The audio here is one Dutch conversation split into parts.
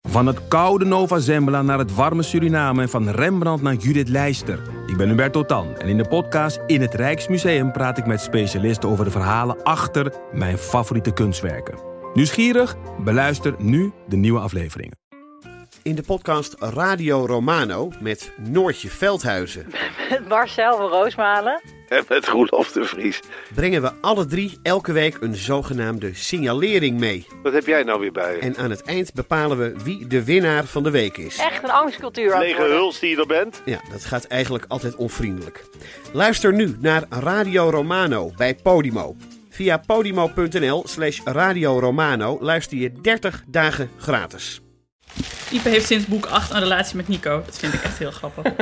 Van het koude Nova Zembla naar het warme Suriname en van Rembrandt naar Judith Leister. Ik ben Hubert Totan en in de podcast In het Rijksmuseum praat ik met specialisten over de verhalen achter mijn favoriete kunstwerken. Nieuwsgierig? Beluister nu de nieuwe afleveringen. In de podcast Radio Romano met Noortje Veldhuizen. Met Marcel van Roosmalen. En met Roelof de Vries. Brengen we alle drie elke week een zogenaamde signalering mee. Wat heb jij nou weer bij je? En aan het eind bepalen we wie de winnaar van de week is. Echt een angstcultuur. Lege huls die je er bent? Ja, dat gaat eigenlijk altijd onvriendelijk. Luister nu naar Radio Romano bij Podimo. Via podimo.nl/Radio Romano luister je 30 dagen gratis. Ipe heeft sinds boek 8 een relatie met Nico. Dat vind ik echt heel grappig.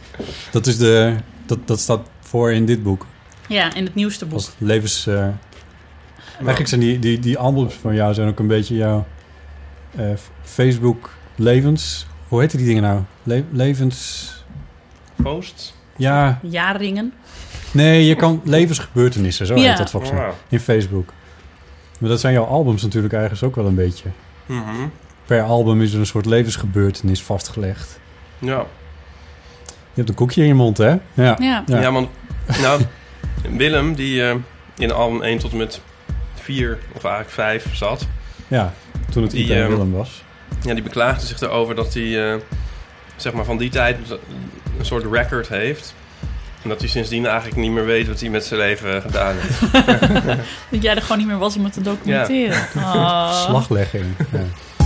Dat staat voor in dit boek. Ja, in het nieuwste boek. Als levens... Eigenlijk zijn die albums van jou zijn ook een beetje jouw Facebook levens... Hoe heet die dingen nou? Levens... Posts? Ja. Jaarringen. Nee, je kan levensgebeurtenissen, zo heet dat volgens mij. Wow. In Facebook. Maar dat zijn jouw albums natuurlijk ergens ook wel een beetje. Mm-hmm. Per album is er een soort levensgebeurtenis vastgelegd. Ja. Je hebt een koekje in je mond, hè? Ja. Ja, want nou, Willem, die in album 1 tot en met 4, of eigenlijk 5 zat. Ja, toen het Ipe en Willem was. Ja, die beklaagde zich erover dat hij, zeg maar van die tijd een soort record heeft. En dat hij sindsdien eigenlijk niet meer weet wat hij met zijn leven gedaan heeft. Dat jij er gewoon niet meer was om het te documenteren. Ja. Oh. Slaglegging, ja.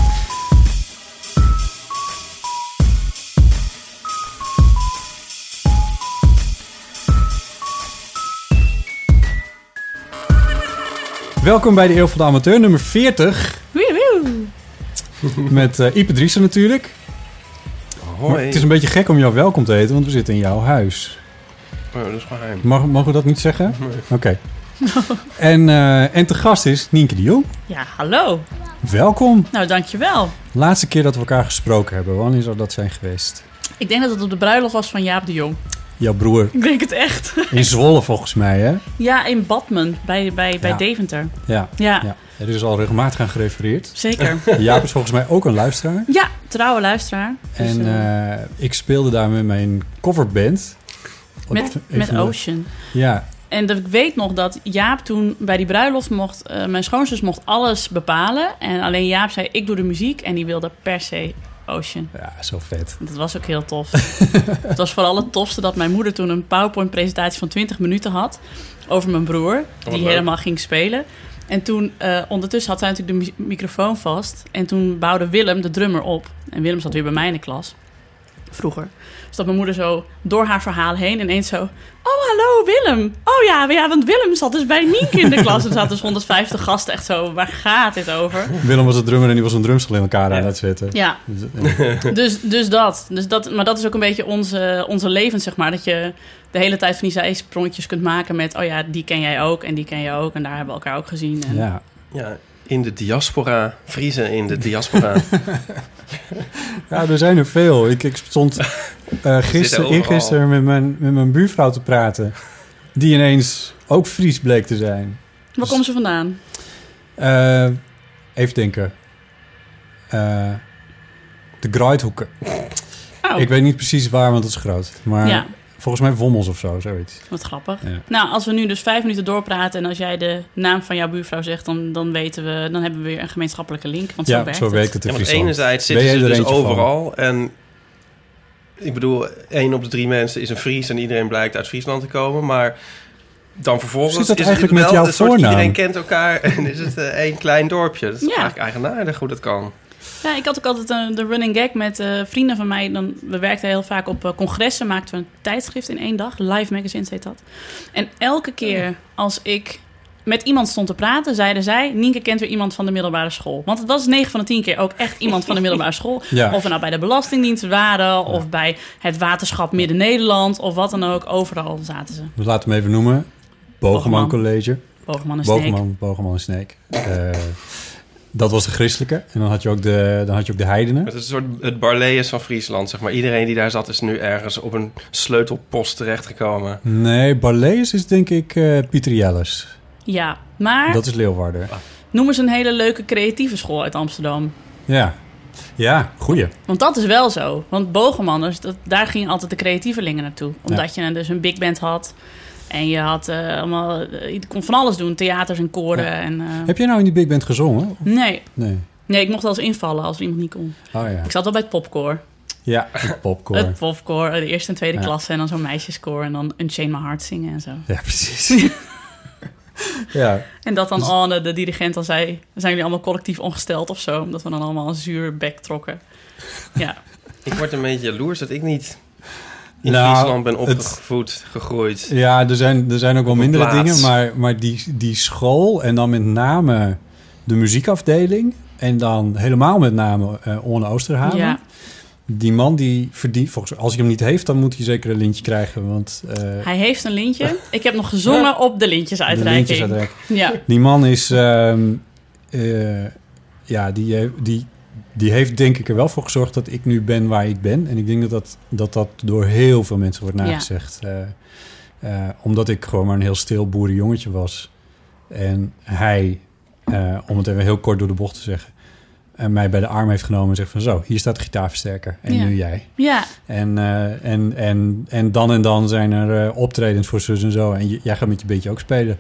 Welkom bij de Eeuw van de Amateur, nummer 40. Met Ipe Driessen natuurlijk. Hoi. Het is een beetje gek om jou welkom te heten, want we zitten in jouw huis. Oh, dat is geheim. Mogen we dat niet zeggen? Nee. Oké. En te gast is Nienke de Jong. Ja, hallo. Welkom. Nou, dankjewel. Laatste keer dat we elkaar gesproken hebben. Wanneer zou dat zijn geweest? Ik denk dat het op de bruiloft was van Jaap de Jong. Jouw broer. Ik denk het echt. In Zwolle volgens mij, hè? Ja, in Badmen, bij Deventer. Ja. Er is al regelmatig aan gerefereerd. Zeker. Jaap is volgens mij ook een luisteraar. Ja, trouwe luisteraar. Dus, en ik speelde daar met mijn coverband. Met Ocean. Ja. En ik weet nog dat Jaap toen bij die bruiloft mijn schoonzus mocht alles bepalen. En alleen Jaap zei, ik doe de muziek. En die wilde per se Ocean. Ja, zo vet. Dat was ook heel tof. Het was vooral het tofste dat mijn moeder toen een PowerPoint-presentatie van 20 minuten had. Over mijn broer, die helemaal ging spelen. En toen, ondertussen had zij natuurlijk de microfoon vast. En toen bouwde Willem, de drummer, op. En Willem zat weer bij mij in de klas. Vroeger. Dus dat mijn moeder zo door haar verhaal heen ineens zo... Oh, hallo Willem. Oh ja, want Willem zat dus bij Nienke in de klas. Er zaten dus 150 gasten echt zo... Waar gaat dit over? Willem was de drummer en die was een drumstel in elkaar aan het zetten. Ja. Dus dat. Maar dat is ook een beetje onze leven, zeg maar. Dat je de hele tijd van die zijsprongetjes kunt maken met... Oh ja, die ken jij ook en die ken jij ook. En daar hebben we elkaar ook gezien. En... Ja, in de diaspora. Vriezen in de diaspora. Ja, er zijn er veel. Ik stond eergisteren met mijn buurvrouw te praten. Die ineens ook Fries bleek te zijn. Waar komen ze vandaan? Even denken. De Gruithoeken. Oh. Ik weet niet precies waar, want het is groot. Maar volgens mij Wommels of zo, zoiets. Wat grappig. Ja. Nou, als we nu dus 5 minuten doorpraten... en als jij de naam van jouw buurvrouw zegt... dan weten we, dan hebben we weer een gemeenschappelijke link. Want zo werkt het. Ja, want enerzijds zitten ze dus overal. En ik bedoel, 1 op de 3 mensen is een Fries... en iedereen blijkt uit Friesland te komen. Maar dan vervolgens is het wel met jouw soort... Iedereen kent elkaar en is het 1 klein dorpje. Dat is eigenlijk eigenaardig hoe dat kan. Ja, ik had ook altijd de running gag met vrienden van mij. We werkten heel vaak op congressen, maakten we een tijdschrift in 1 dag. Live Magazines heet dat. En elke keer als ik met iemand stond te praten, zeiden zij... Nienke kent weer iemand van de middelbare school. Want het was 9 van de 10 keer ook echt iemand van de middelbare school. Ja. Of we nou bij de Belastingdienst waren... of bij het waterschap Midden-Nederland... of wat dan ook. Overal zaten ze. We laten hem even noemen. Bogeman College. Bogeman en Sneek. Bogeman en Sneek. Dat was de christelijke. En dan had je ook de heidenen. Het is een soort het Barlees van Friesland, zeg maar. Iedereen die daar zat is nu ergens op een sleutelpost terechtgekomen. Nee, Barlees is denk ik Pieter Jelles. Ja, maar... Dat is Leeuwarden. Noem eens een hele leuke creatieve school uit Amsterdam. Ja. Ja, goeie. Want dat is wel zo. Want Bogemanners, daar gingen altijd de creatievelingen naartoe. Omdat je dus een big band had. En je had allemaal... Je kon van alles doen. Theaters en koren. Ja. En, heb jij nou in die big band gezongen? Nee. Nee, ik mocht wel eens invallen als iemand niet kon. Oh, ja. Ik zat wel bij het popkoor. Ja, het popkoor. Het popkoor, de eerste en tweede klasse. En dan zo'n meisjeskoor. En dan Unchain My Heart zingen en zo. Ja, precies. Ja. En dat dan Anne, de dirigent, dan zei... zijn jullie allemaal collectief ongesteld of zo? Omdat we dan allemaal een zuur bek trokken. Ja. Ik word een beetje jaloers dat ik niet in Friesland ben opgevoed, gegroeid. Ja, er zijn ook wel mindere dingen. Maar die school en dan met name de muziekafdeling... en dan helemaal met name Orne Oosterhaven... Ja. Die man die verdient... Volgens, als hij hem niet heeft, dan moet hij zeker een lintje krijgen. Want, hij heeft een lintje. Ik heb nog gezongen op de lintjesuitreiking. Ja. Die man is... die heeft denk ik er wel voor gezorgd dat ik nu ben waar ik ben. En ik denk dat door heel veel mensen wordt nagezegd. Ja. Omdat ik gewoon maar een heel stil boerenjongetje was. En hij, om het even heel kort door de bocht te zeggen... en mij bij de arm heeft genomen en zegt van... zo, hier staat de gitaarversterker en nu jij. Ja. En dan zijn er optredens voor zus en zo... en jij gaat met je beetje ook spelen.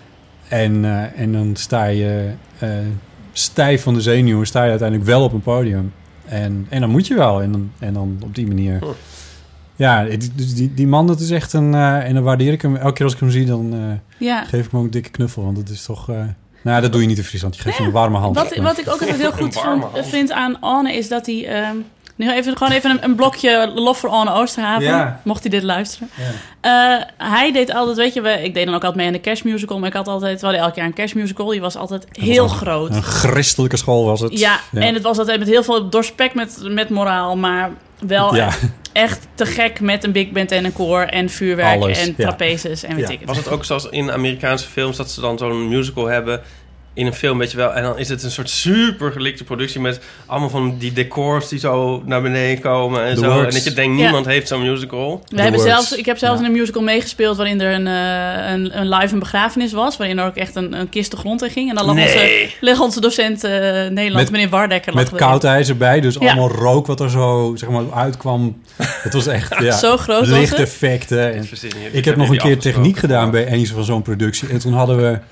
En dan sta je stijf van de zenuwen... sta je uiteindelijk wel op een podium. En dan moet je wel. En dan op die manier... Ja, die man, dat is echt een... en dan waardeer ik hem. Elke keer als ik hem zie, dan geef ik hem ook een dikke knuffel. Want dat is toch... Nou, dat doe je niet in Friesland. Je geeft hem een warme hand. Wat ik ook heel goed vind aan Anne is dat hij... nu even een blokje lof voor Anne Oosterhaven. Mocht hij dit luisteren. Ja. Hij deed altijd, weet je... Ik deed dan ook altijd mee aan de kerstmusical. Maar ik had altijd... We hadden elk jaar een kerstmusical. Die was altijd heel groot. Een christelijke school was het. Ja, en het was altijd met heel veel doorspekt met moraal. Maar wel echt te gek met een big band en een koor en vuurwerk en trapezes en weet ik het. Was het ook zoals in Amerikaanse films dat ze dan zo'n musical hebben in een film, weet je wel, en dan is het een soort super gelikte productie met allemaal van die decors die zo naar beneden komen en zo. En dat je denkt, niemand heeft zo'n musical. Ik heb zelfs in een musical meegespeeld waarin er een live begrafenis was, waarin er ook echt een kist de grond in ging. En dan lag onze docent Nederlands, meneer Wardekker. Met koud ijzer bij, dus allemaal rook wat er zo zeg maar uitkwam. Het was echt zo groot lichteffecten. En ik heb nog een keer techniek gedaan bij een van zo'n productie. En toen hadden we...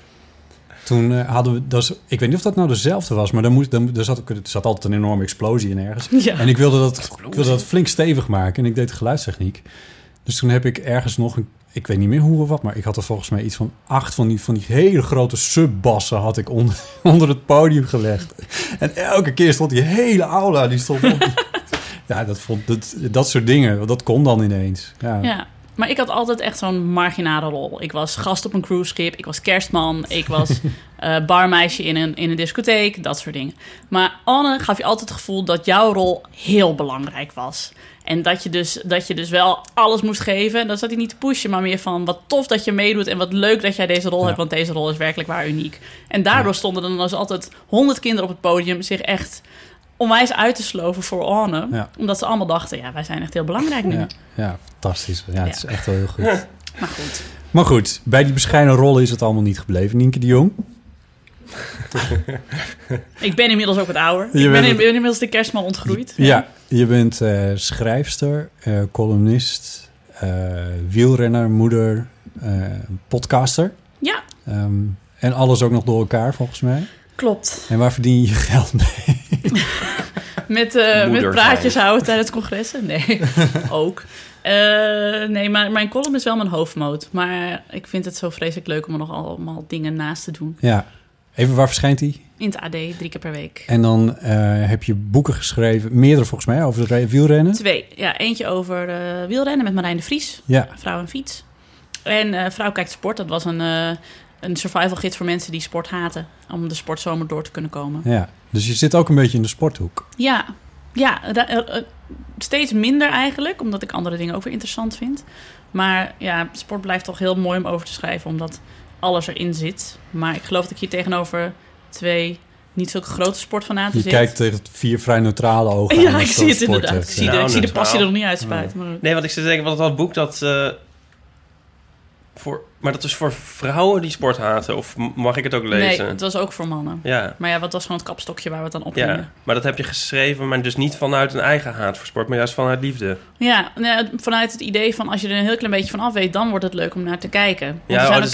ik weet niet of dat nou dezelfde was, maar er zat altijd een enorme explosie in ergens. Ja. En ik wilde dat flink stevig maken en ik deed de geluidstechniek. Dus toen heb ik ergens nog ik weet niet meer hoe of wat, maar ik had er volgens mij iets van 8 van die hele grote subbassen had ik onder het podium gelegd. En elke keer stond die hele aula, die stond op. Ja, dat soort dingen, dat kon dan ineens. Ja. Maar ik had altijd echt zo'n marginale rol. Ik was gast op een cruiseschip, ik was kerstman, ik was barmeisje in een discotheek, dat soort dingen. Maar Anne gaf je altijd het gevoel dat jouw rol heel belangrijk was. En dat je dus wel alles moest geven. En dan zat hij niet te pushen, maar meer van wat tof dat je meedoet en wat leuk dat jij deze rol hebt, want deze rol is werkelijk waar uniek. En daardoor stonden er dan dus altijd 100 kinderen op het podium zich echt onwijs uit te sloven voor Anne. Ja. Omdat ze allemaal dachten, wij zijn echt heel belangrijk nu. Ja, fantastisch. Ja, het is echt wel heel goed. Maar goed, bij die bescheiden rollen is het allemaal niet gebleven, Nienke de Jong. Ik ben inmiddels ook wat ouder. Ik ben inmiddels de kerstman ontgroeid. Ja, je bent schrijfster, columnist, wielrenner, moeder, podcaster. Ja. En alles ook nog door elkaar, volgens mij. Klopt. En waar verdien je je geld mee? Met praatjes houden tijdens congressen? Nee, ook. Nee, maar mijn column is wel mijn hoofdmoot. Maar ik vind het zo vreselijk leuk om er nog allemaal dingen naast te doen. Ja. Even, waar verschijnt die? In het AD, 3 keer per week. En dan heb je boeken geschreven, meerdere volgens mij, over het wielrennen? 2. Ja, eentje over wielrennen met Marijn de Vries. Ja. Vrouw en fiets. En Vrouw kijkt sport. Dat was een survival gids voor mensen die sport haten. Om de sportzomer door te kunnen komen. Ja, dus je zit ook een beetje in de sporthoek. Ja, steeds minder eigenlijk. Omdat ik andere dingen ook weer interessant vind. Maar ja, sport blijft toch heel mooi om over te schrijven. Omdat alles erin zit. Maar ik geloof dat ik hier tegenover 2 niet zulke grote sportfanaten zit. Je kijkt tegen 4 vrij neutrale ogen. Ja, ik zie het inderdaad. Ik zie de passie er nog niet uitspuiten. Maar... Nee, want ik zit te denken, wat dat boek dat Maar dat is voor vrouwen die sport haten? Of mag ik het ook lezen? Nee, het was ook voor mannen. Ja. Maar ja, wat was gewoon het kapstokje waar we het dan opgingen. Ja, maar dat heb je geschreven, maar dus niet vanuit een eigen haat voor sport, maar juist vanuit liefde. Ja, vanuit het idee van als je er een heel klein beetje van af weet, dan wordt het leuk om naar te kijken. Want ja, het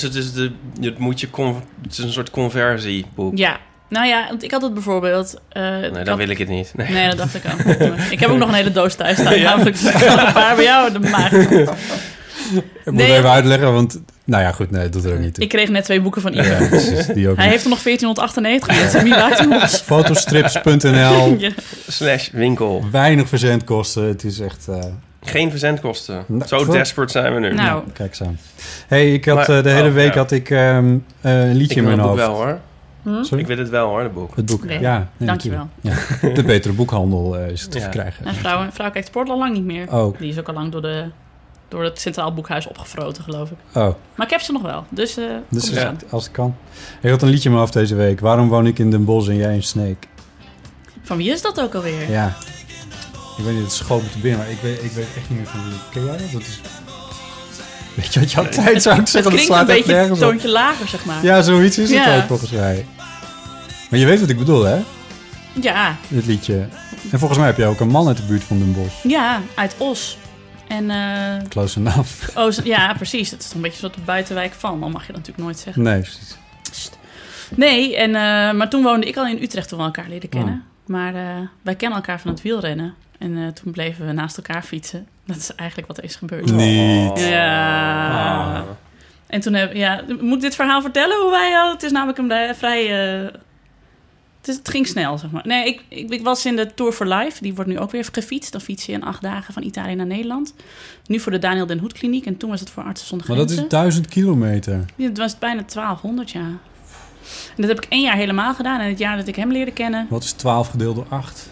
is een soort conversieboek. Ja, nou ja, want ik had het bijvoorbeeld... dan wil ik het niet. Nee, dat dacht ik ook. Ik heb ook nog een hele doos thuis staan. Ja. Namelijk een paar bij jou, de maag. Ik moet even uitleggen, want... Nou ja, goed, nee, dat doet er ook niet toe. Ik kreeg net 2 boeken van Ivo. Ja, precies, die ook Hij heeft er nog 1498 mensen. Wie maakt hem los? Fotostrips.nl /winkel. Weinig verzendkosten. Het is echt... Geen verzendkosten. Zo desperate zijn we nu. Nou. Kijk eens aan. Hey, ik had de hele week had ik een liedje in mijn hoofd. Ik wil het wel, hoor. Sorry? Ik wil het wel, hoor, het boek. Het boek, okay. ja. Nee, dankjewel. Ja. De betere boekhandel is het te verkrijgen. En vrouw kijkt sport al lang niet meer. Oh. Die is ook al lang door het Centraal Boekhuis opgefroten, geloof ik. Oh. Maar ik heb ze nog wel, dus als het kan. Ik had een liedje in mijn hoofd deze week. Waarom woon ik in Den Bosch en jij in Sneek? Van wie is dat ook alweer? Ja. Ik weet niet, het schoot me te binnen, maar ik weet echt niet meer van wie. Ken jij dat? Dat is... Weet je wat jouw tijd zou ik zeggen? Het klinkt een beetje een toontje lager, zeg maar. Ja, zoiets is het ook volgens mij. Maar je weet wat ik bedoel, hè? Ja. Het liedje. En volgens mij heb jij ook een man uit de buurt van Den Bosch. Ja, uit Os. En, close enough. Oh, ja, precies. Het is een beetje een soort buitenwijk van. Dan mag je dat natuurlijk nooit zeggen. Nee, precies. Nee, maar toen woonde ik al in Utrecht toen we elkaar leren kennen. Oh. Maar wij kennen elkaar van het wielrennen. En toen bleven we naast elkaar fietsen. Dat is eigenlijk wat er is gebeurd. Niet. Ja. En toen moet ik dit verhaal vertellen? Hoe wij al? Het is namelijk een vrij... Het ging snel, zeg maar. Nee, ik was in de Tour for Life. Die wordt nu ook weer gefietst. Dan fiets je in 8 dagen van Italië naar Nederland. Nu voor de Daniel Den Hoed Kliniek. En toen was het voor Artsen zonder Grenzen. Maar dat is 1000 kilometer. Ja, het was bijna 1200, ja. En dat heb ik 1 jaar helemaal gedaan. En het jaar dat ik hem leerde kennen... Wat is 12 gedeeld door 8?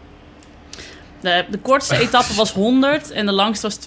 De kortste etappe was 100 en de langste was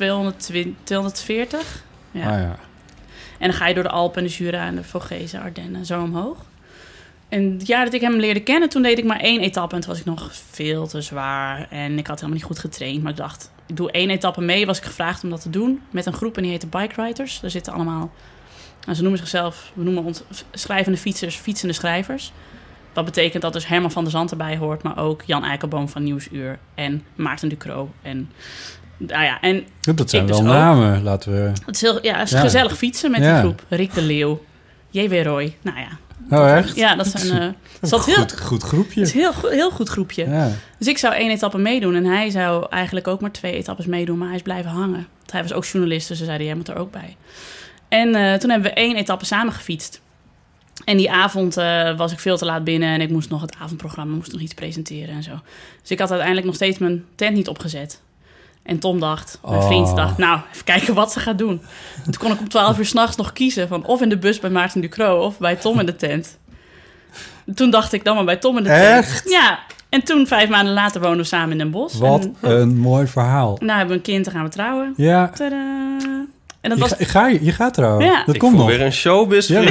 240. Ja. Ah, ja. En dan ga je door de Alpen, de Jura en de Vogese, Ardennen, zo omhoog. En het jaar dat ik hem leerde kennen, toen deed ik maar 1 etappe. En toen was ik nog veel te zwaar. En ik had helemaal niet goed getraind. Maar ik dacht, ik doe 1 etappe mee. Was ik gevraagd om dat te doen. Met een groep en die heette Bike Riders. Daar zitten allemaal... Nou, ze noemen zichzelf, we noemen ons schrijvende fietsers, fietsende schrijvers. Dat betekent dat dus Herman van der Zand erbij hoort. Maar ook Jan Eikelboom van Nieuwsuur. En Maarten Ducrot. En... Nou ja, en dat zijn wel namen, laten we... Het is heel, het is gezellig fietsen met die groep. Rick de Leeuw, J.W. Roy, nou ja. Oh, echt? Ja, dat zijn... goed groepje. Het is een heel goed groepje. Ja. Dus ik zou 1 etappe meedoen en hij zou eigenlijk ook maar 2 etappes meedoen, maar hij is blijven hangen. Want hij was ook journalist, dus ze zeiden, jij moet er ook bij. En toen hebben we 1 etappe samen gefietst. En die avond was ik veel te laat binnen en ik moest nog het avondprogramma, moest nog iets presenteren en zo. Dus ik had uiteindelijk nog steeds mijn tent niet opgezet. En Tom dacht, mijn vriend dacht, nou, even kijken wat ze gaat doen. En toen kon ik om 12 uur 's nachts nog kiezen van of in de bus bij Maarten Ducrot of bij Tom in de tent. Toen dacht ik dan maar bij Tom in de tent. Echt? Ja. En toen 5 maanden later woonden we samen in Den Bosch. Wat een mooi verhaal. Nou hebben we een kind, dan gaan we trouwen. Ja. Tadaa. En dat je gaat trouwen. Ja. Dat komt nog. Weer een showbiz. Ja.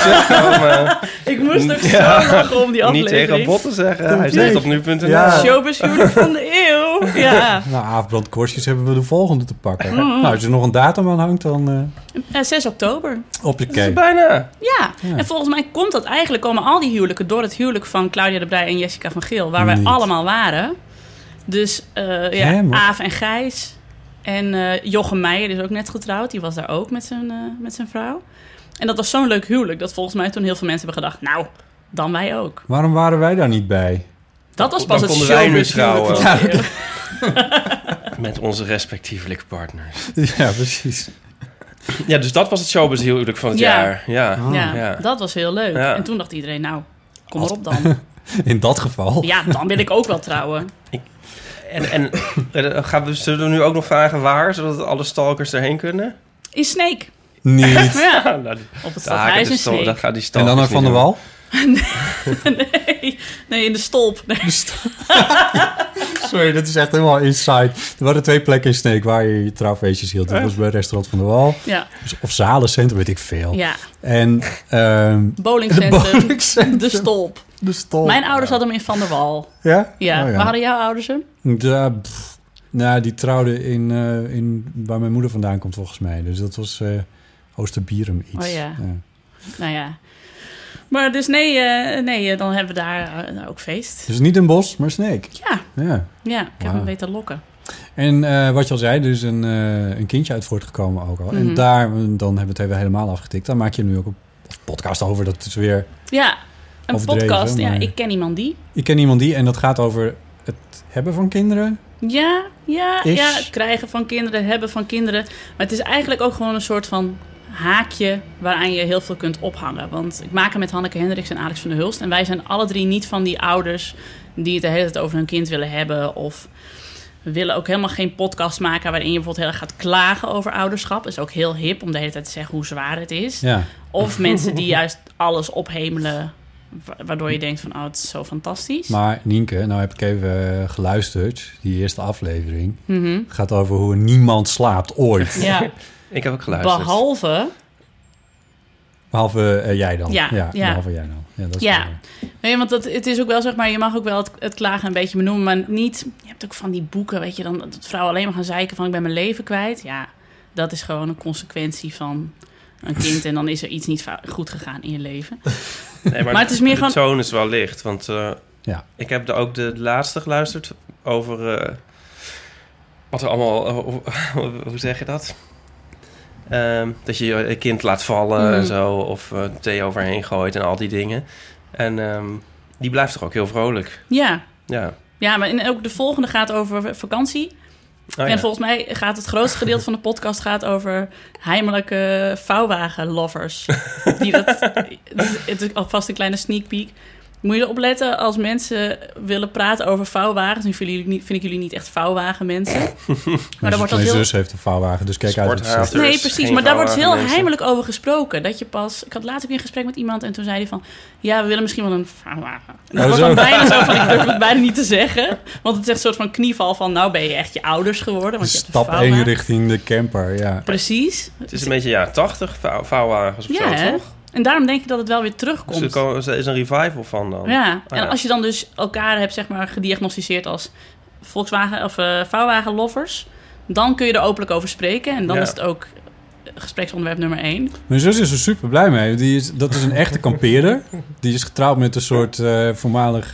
Ik moest ook zo lachen om die aflevering. Niet tegen Botten zeggen. Hij zegt op nu.nl. Ja. Showbiz huwelijk van de eeuw. Ja. Nou, Aafbrandkorstjes hebben we de volgende te pakken. Nou, als er nog een datum aan hangt, dan... 6 oktober. Op je Dat is bijna. Ja. En volgens mij komt dat eigenlijk... komen al die huwelijken door het huwelijk van Claudia de Breij en Jessica van Geel. Waar wij allemaal waren. Dus Aaf en Gijs... En Jochem Meijer is ook net getrouwd. Die was daar ook met zijn vrouw. En dat was zo'n leuk huwelijk... dat volgens mij toen heel veel mensen hebben gedacht... nou, dan wij ook. Waarom waren wij daar niet bij? Dat was pas dan het showbiz trouwen. Ja. Met onze respectievelijke partners. Ja, precies. Ja, dus dat was het showbiz huwelijk van het jaar. Ja, dat was heel leuk. Ja. En toen dacht iedereen, nou, kom erop dan. In dat geval? Ja, dan wil ik ook wel trouwen. Zullen we nu ook nog vragen waar, zodat alle stalkers erheen kunnen? In Sneek. Niet. Ja. Op het stadhuis in Sneek. Dat gaat die en dan naar Van der Wal? Nee, in de Stolp. Nee. Sorry, dat is echt helemaal inside. Er waren 2 plekken in Sneek waar je trouwfeestjes hield. Dat was bij restaurant Van der Wal. Ja. Of Zalencentrum, weet ik veel. Ja. En bowlingcentrum. De Stolp. De Stolp. Mijn ouders hadden hem in Van der Wal. Ja? Ja. Oh, ja. Waar hadden jouw ouders hem? Nou, die trouwden in waar mijn moeder vandaan komt, volgens mij. Dus dat was Oosterbierum iets. Oh ja. Nou ja. Maar dus nee, dan hebben we daar ook feest. Dus niet een bos, maar Sneek. Ja, ik heb hem weten lokken. En wat je al zei, er is een kindje uit voortgekomen ook al. Mm-hmm. En daar, dan hebben we het helemaal afgetikt. Dan maak je nu ook een podcast over. Dat is weer een podcast. Ja, ik ken iemand die. Ik ken iemand die en dat gaat over het hebben van kinderen. Ja, het krijgen van kinderen, het hebben van kinderen. Maar het is eigenlijk ook gewoon een soort van haakje waaraan je heel veel kunt ophangen. Want ik maak hem met Hanneke Hendricks en Alex van der Hulst. En wij zijn alle drie niet van die ouders die het de hele tijd over hun kind willen hebben. Of we willen ook helemaal geen podcast maken waarin je bijvoorbeeld heel erg gaat klagen over ouderschap. Dat is ook heel hip om de hele tijd te zeggen hoe zwaar het is. Ja. Of mensen die juist alles ophemelen, waardoor je denkt van, het is zo fantastisch. Maar Nienke, nou heb ik even geluisterd. Die eerste aflevering gaat over hoe niemand slaapt ooit. Ja. Ik heb ook geluisterd. Behalve jij dan. Ja, behalve jij dan. Ja, dat is nee, want het is ook wel, zeg maar, je mag ook wel het klagen een beetje benoemen, maar niet. Je hebt ook van die boeken, weet je, dan dat vrouwen alleen maar gaan zeiken van ik ben mijn leven kwijt. Ja, dat is gewoon een consequentie van een kind en dan is er iets niet goed gegaan in je leven. Nee, maar het is meer de toon is wel licht, want ik heb ook de laatste geluisterd over wat er allemaal, hoe zeg je dat? Dat je je kind laat vallen en zo, of thee overheen gooit en al die dingen. En die blijft toch ook heel vrolijk. Ja, maar ook de volgende gaat over vakantie. En volgens mij gaat het grootste gedeelte van de podcast gaat over heimelijke vouwwagenlovers. Het is alvast een kleine sneak peek. Moet je erop letten als mensen willen praten over vouwwagens. Nu vind ik jullie niet echt vouwwagenmensen. Maar mijn zus heeft een vouwwagen, dus kijk uit. Nee, precies. Maar daar wordt heel heimelijk over gesproken. Dat je ik had laatst ook een gesprek met iemand en toen zei hij van, ja, we willen misschien wel een vouwwagen. En dat wordt dan bijna zo van, ik durf het bijna niet te zeggen. Want het is echt een soort van knieval van, nou ben je echt je ouders geworden. Want je hebt stap 1 richting de camper, ja. Precies. Het is een beetje jaren 80 vouwwagens of zo, toch? En daarom denk ik dat het wel weer terugkomt. Dus er is een revival van dan. Ja, en als je dan dus elkaar hebt, zeg maar, gediagnosticeerd als Volkswagen of vouwwagenlovers, dan kun je er openlijk over spreken. En dan is het ook gespreksonderwerp nummer 1. Mijn zus is er super blij mee. Dat is een echte kampeerder. Die is getrouwd met een soort voormalig,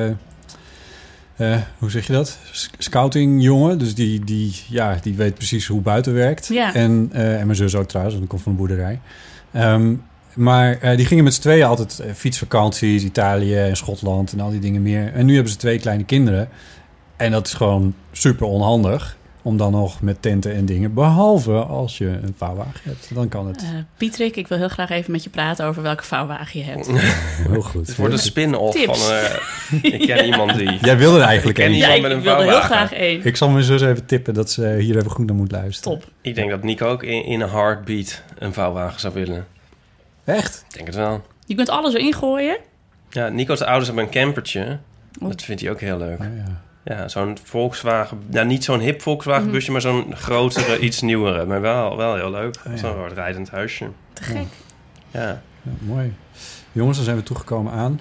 hoe zeg je dat? Scoutingjongen. Dus die weet precies hoe buiten werkt. Ja. En mijn zus ook trouwens, want die komt van een boerderij. Maar die gingen met z'n tweeën altijd fietsvakanties, Italië en Schotland en al die dingen meer. En nu hebben ze 2 kleine kinderen. En dat is gewoon super onhandig om dan nog met tenten en dingen. Behalve als je een vouwwagen hebt, dan kan het. Pietrik, ik wil heel graag even met je praten over welke vouwwagen je hebt. Heel goed. Het wordt een spin-off van ik ken iemand die. Jij wilde er eigenlijk een. Ja, ik wilde heel graag één. Ik zal mijn zus even tippen dat ze hier even goed naar moet luisteren. Top. Ik denk dat Nico ook in een heartbeat een vouwwagen zou willen. Echt? Ik denk het wel. Je kunt alles erin gooien. Ja, Nico's ouders hebben een campertje. Dat vindt hij ook heel leuk. Ja, zo'n Volkswagen... Nou, niet zo'n hip Volkswagenbusje, maar zo'n grotere, iets nieuwere. Maar wel heel leuk. Zo'n rijdend huisje. Te gek. Ja. Mooi. Jongens, dan zijn we toegekomen aan...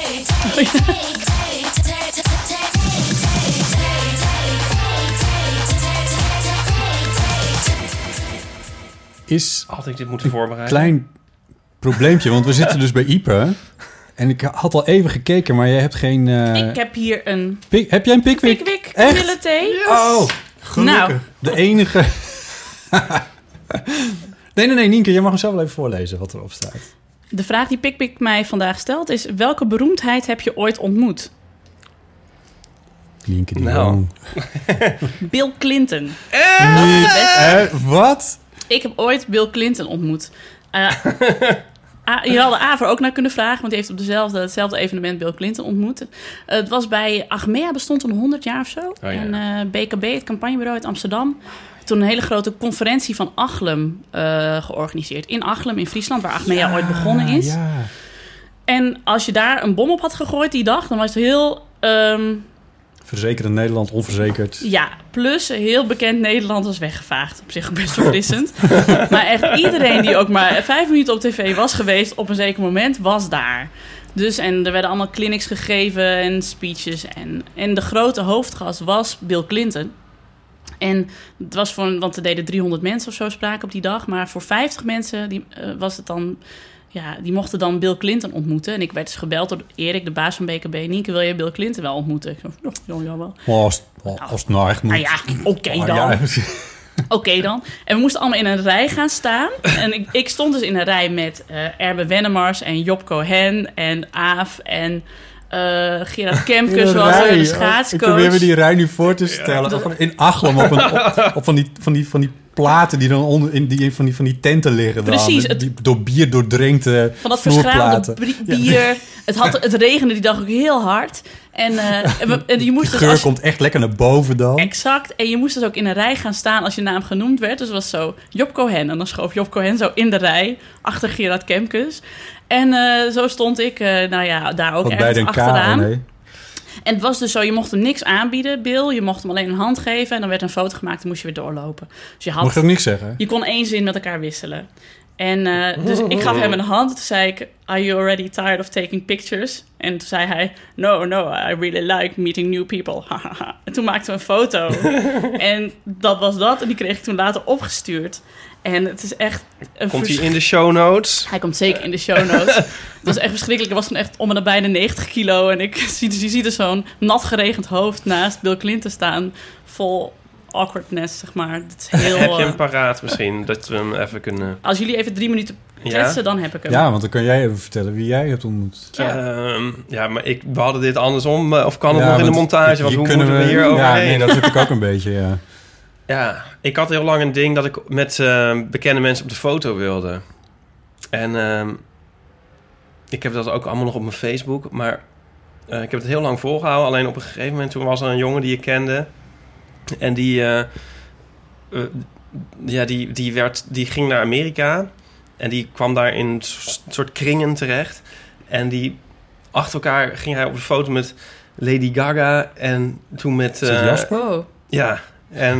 Had ik dit moeten voorbereiden? Klein probleempje, want we zitten dus bij Ipe. En ik had al even gekeken, maar jij hebt geen... Ik heb hier een... Heb jij een Pickwick? Pickwick vanille thee. Yes. Oh, gelukkig. Nou. De enige... Nee, Nienke, je mag hem zelf wel even voorlezen wat erop staat. De vraag die Pickwick mij vandaag stelt is... welke beroemdheid heb je ooit ontmoet? Nienke, die jong. Bill Clinton. Wat? Ik heb ooit Bill Clinton ontmoet. Je had de Aver ook naar kunnen vragen, want die heeft op hetzelfde evenement Bill Clinton ontmoet. Het was bij Achmea, bestond toen 100 jaar of zo. Oh, ja. En BKB, het campagnebureau uit Amsterdam, toen een hele grote conferentie van Achlem georganiseerd. In Achlem, in Friesland, waar Achmea ooit begonnen is. Ja. En als je daar een bom op had gegooid die dag, dan was het heel... Verzekerd in Nederland, onverzekerd. Ja, plus heel bekend Nederland was weggevaagd. Op zich best verfrissend. Maar echt iedereen die ook maar 5 minuten op tv was geweest... op een zeker moment, was daar. Dus, en er werden allemaal clinics gegeven en speeches. En de grote hoofdgast was Bill Clinton. En het was want er deden 300 mensen of zo spraken op die dag. Maar voor 50 mensen was het dan... Ja, die mochten dan Bill Clinton ontmoeten. En ik werd dus gebeld door Erik, de baas van BKB. Nienke, wil je Bill Clinton wel ontmoeten? Ik zei, ja wel. Als het nou echt moet. Nou ja, oké dan. Ja. Oké dan. En we moesten allemaal in een rij gaan staan. En ik stond dus in een rij met Erbe Wennemars en Job Cohen en Aaf en... Gerard Kemkes was er, de schaatscoach. Ik probeer me die rij nu voor te stellen. Ja. In Achlem op van die platen die dan onder in van die tenten liggen. Precies. Dan, die door bier doordrenkte van dat verschraelde bier. Ja. Het regende die dag ook heel hard. En je moest de geur komt echt lekker naar boven dan. Exact. En je moest dus ook in een rij gaan staan als je naam genoemd werd. Dus het was zo Job Cohen. En dan schoof Job Cohen zo in de rij achter Gerard Kemkes. En zo stond ik, daar ook ergens achteraan. En het was dus zo, je mocht hem niks aanbieden, Bill. Je mocht hem alleen een hand geven en dan werd een foto gemaakt en moest je weer doorlopen. Dus mocht je ook niks zeggen? Je kon 1 zin met elkaar wisselen. En dus ik gaf hem een hand. Toen zei ik, are you already tired of taking pictures? En toen zei hij, no, I really like meeting new people. En toen maakten we een foto. En dat was dat. En die kreeg ik toen later opgestuurd. En het is echt... Komt hij in de show notes? Hij komt zeker in de show notes. Het was echt verschrikkelijk. Ik was toen echt om en nabij de 90 kilo. En je ziet er zo'n nat geregend hoofd naast Bill Clinton staan. Vol awkwardness, zeg maar. Dat is heel, heb je hem paraat misschien? Dat we hem even kunnen... Als jullie even 3 minuten kletsen, dan heb ik hem. Ja, want dan kan jij even vertellen wie jij hebt ontmoet. Ja, maar we hadden dit andersom. Of kan het nog in de montage? Want hoe moeten we hier overheen? Ja, nee, dat heb ik ook een beetje, ja. Ja, ik had heel lang een ding dat ik met bekende mensen op de foto wilde. En ik heb dat ook allemaal nog op mijn Facebook. Maar ik heb het heel lang volgehouden. Alleen op een gegeven moment, toen was er een jongen die ik kende. En die ging naar Amerika. En die kwam daar in een soort kringen terecht. En die achter elkaar ging hij op de foto met Lady Gaga. En toen met... Jasper? Ja. En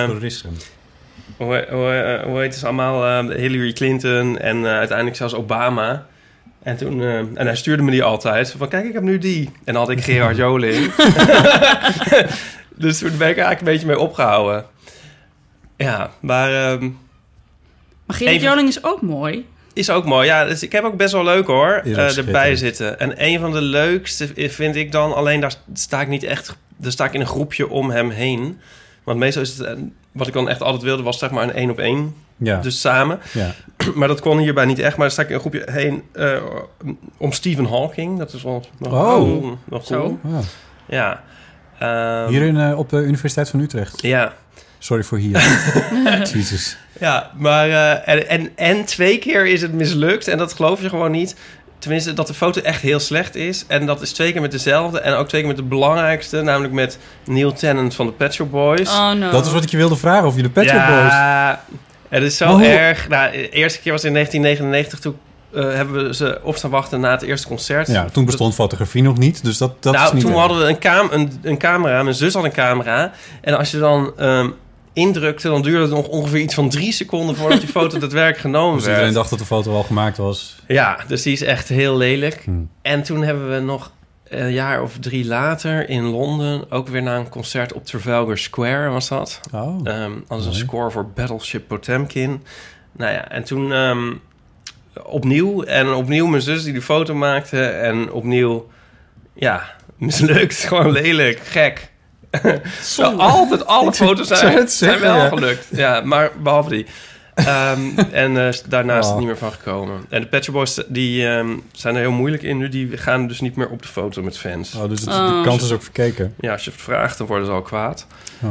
hoe heet het allemaal? Hillary Clinton en uiteindelijk zelfs Obama. En toen en hij stuurde me die altijd van kijk, ik heb nu die. En dan had ik Gerard Joling. Dus toen ben ik eigenlijk een beetje mee opgehouden. Ja, maar Gerard Joling is ook mooi. Is ook mooi, ja. Dus ik heb ook best wel leuk hoor, erbij zitten. En een van de leukste vind ik dan, alleen daar sta ik niet echt... Daar sta ik in een groepje om hem heen. Want meestal is het... Wat ik dan echt altijd wilde, was zeg maar een 1-op-1. Ja. Dus samen. Ja. Maar dat kon hierbij niet echt. Maar daar sta ik in een groepje heen om Stephen Hawking. Dat is wel nog cool. Zo. Ja. Hier op de Universiteit van Utrecht. Ja. Sorry voor hier. Jezus. Ja, maar... En 2 keer is het mislukt. En dat geloof je gewoon niet. Tenminste, dat de foto echt heel slecht is. En dat is 2 keer met dezelfde. En ook 2 keer met de belangrijkste. Namelijk met Neil Tennant van de Pet Shop Boys. Oh, no. Dat is wat ik je wilde vragen. Of je de Pet Shop Boys... Ja, het is zo erg. Nou, de eerste keer was in 1999. Toen hebben we ze op staan wachten na het eerste concert. Ja, toen bestond fotografie nog niet. Dus dat is niet toen hadden we een camera. Mijn zus had een camera. En als je dan... indrukte, dan duurde het nog ongeveer iets van 3 seconden voordat die foto daadwerkelijk genomen werd. Dus iedereen dacht dat de foto al gemaakt was. Ja, dus die is echt heel lelijk. En toen hebben we nog een jaar of 3 later in Londen ook weer naar een concert op Trafalgar Square was dat. Als een score voor Battleship Potemkin. Nou ja, en toen opnieuw mijn zus die de foto maakte en opnieuw mislukt, gewoon lelijk, gek. Altijd alle foto's zijn wel gelukt. Ja, maar behalve die. Daarna is het niet meer van gekomen. En de Pet Shop Boys die zijn er heel moeilijk in nu. Die gaan dus niet meer op de foto met fans. Dus de kans is ook verkeken. Ja, als je het vraagt, dan worden ze al kwaad.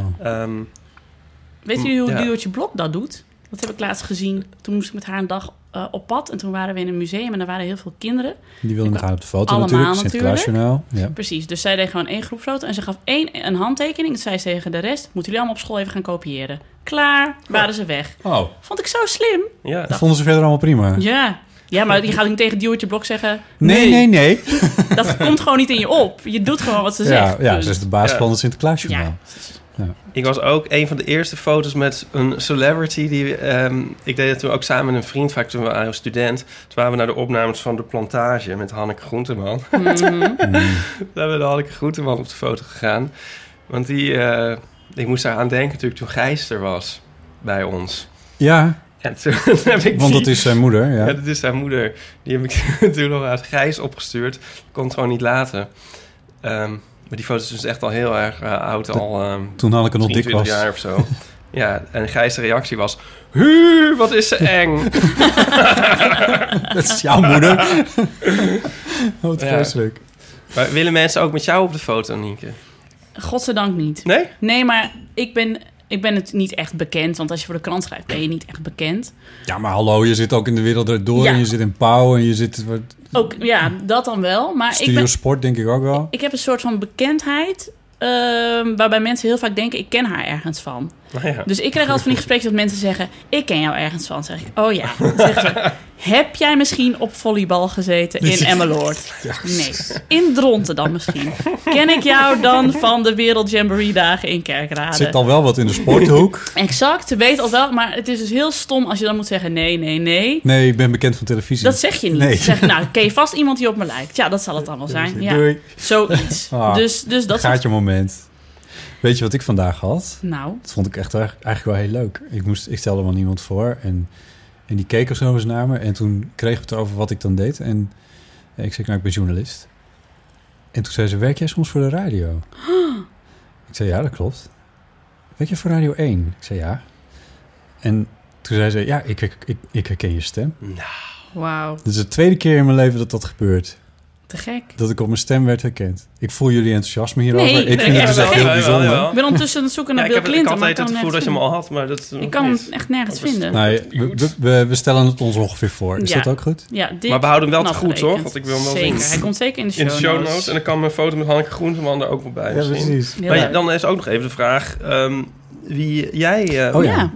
Weet jullie hoe Duootje Blok dat doet? Dat heb ik laatst gezien. Toen moest ik met haar een dag op pad. En toen waren we in een museum en er waren heel veel kinderen. Die wilden gaan op de foto natuurlijk. Sinterklaasjournaal. Ja. Precies. Dus zij deed gewoon 1 groepfoto. En ze gaf een handtekening. En zei ze tegen de rest... Moeten jullie allemaal op school even gaan kopiëren. Klaar. Waren ze weg. Vond ik zo slim. Ja. Dat vonden ze verder allemaal prima. Ja, maar je gaat niet tegen Duootje Blok zeggen... Nee. Dat komt gewoon niet in je op. Je doet gewoon wat ze zegt. Ja, dus. Ze is de baas van het Sinterklaasjournaal. Ja. Ik was ook een van de eerste foto's met een celebrity. Ik deed het toen ook samen met een vriend, vaak toen we waren student. Toen waren we naar de opnames van De Plantage met Hanneke Groenteman. Toen hebben we de Hanneke Groenteman op de foto gegaan. Want die ik moest daar aan denken natuurlijk toen Gijs er was bij ons. Ja, En toen heb ik want dat is zijn moeder. Ja, dat is zijn moeder. Die heb ik toen nog aan Gijs opgestuurd. Ik kon het gewoon niet laten. Maar die foto is dus echt al heel erg oud. Toen Hanneke nog dik was. 23 jaar of zo. Ja, en Gijs' reactie was... wat is ze eng. Dat is jouw moeder. Wat vreselijk. Maar willen mensen ook met jou op de foto, Nienke? Godzijdank niet. Nee? Nee, maar ik ben het niet echt bekend. Want als je voor de krant schrijft, ben je niet echt bekend. Ja, maar hallo, je zit ook in de wereld erdoor. Ja. En je zit in Pauw en je zit... Ook, ja, dat dan wel. Maar Studio Sport denk ik ook wel. Ik heb een soort van bekendheid... waarbij mensen heel vaak denken, ik ken haar ergens van. Oh ja. Dus ik krijg altijd van die gesprekken dat mensen zeggen... ik ken jou ergens van. Dan zeg ik, oh ja. Dan zeggen ze, heb jij misschien op volleybal gezeten in Emmeloord? Nee. In Dronten dan misschien. Ken ik jou dan van de Wereld Jamboree dagen in Kerkrade? Zit al wel wat in de sporthoek. Exact, ze weet al wel. Maar het is dus heel stom als je dan moet zeggen nee. Nee, ik ben bekend van televisie. Dat zeg je niet. Nee. Dan zeg je, nou, ken je vast iemand die op me lijkt? Ja, dat zal het dan wel zijn. Ja. Doei. Zoiets. Dus dat gaat je moment. Weet je wat ik vandaag had? Nou. Dat vond ik echt eigenlijk wel heel leuk. Ik stelde wel iemand voor en die keek er zo eens naar me. En toen kregen we het over wat ik dan deed. En ik zei, nou, ik ben journalist. En toen zei ze, werk jij soms voor de radio? Ik zei, ja, dat klopt. Werk je voor Radio 1? Ik zei, ja. En toen zei ze, ja, ik herken je stem. Nou. Wauw. Dit is de tweede keer in mijn leven dat gebeurt. Te gek. Dat ik op mijn stem werd herkend. Ik voel jullie enthousiasme hierover. Nee, ik vind het dus echt heel bijzonder. Ik ben ondertussen aan het zoeken naar Bill Clinton. Ik had altijd het gevoel dat je hem al had, maar dat ik kan hem echt nergens vinden. Nou, we stellen het ons ongeveer voor. Is dat ook goed? Ja, maar we houden hem wel te goed, toch? Want ik wil hem wel zien. Hij komt zeker in de show notes. En dan kan mijn foto met Hanneke Groenteman er ook wel bij. Ja, precies. Maar dan is ook nog even de vraag... wie jij... ja.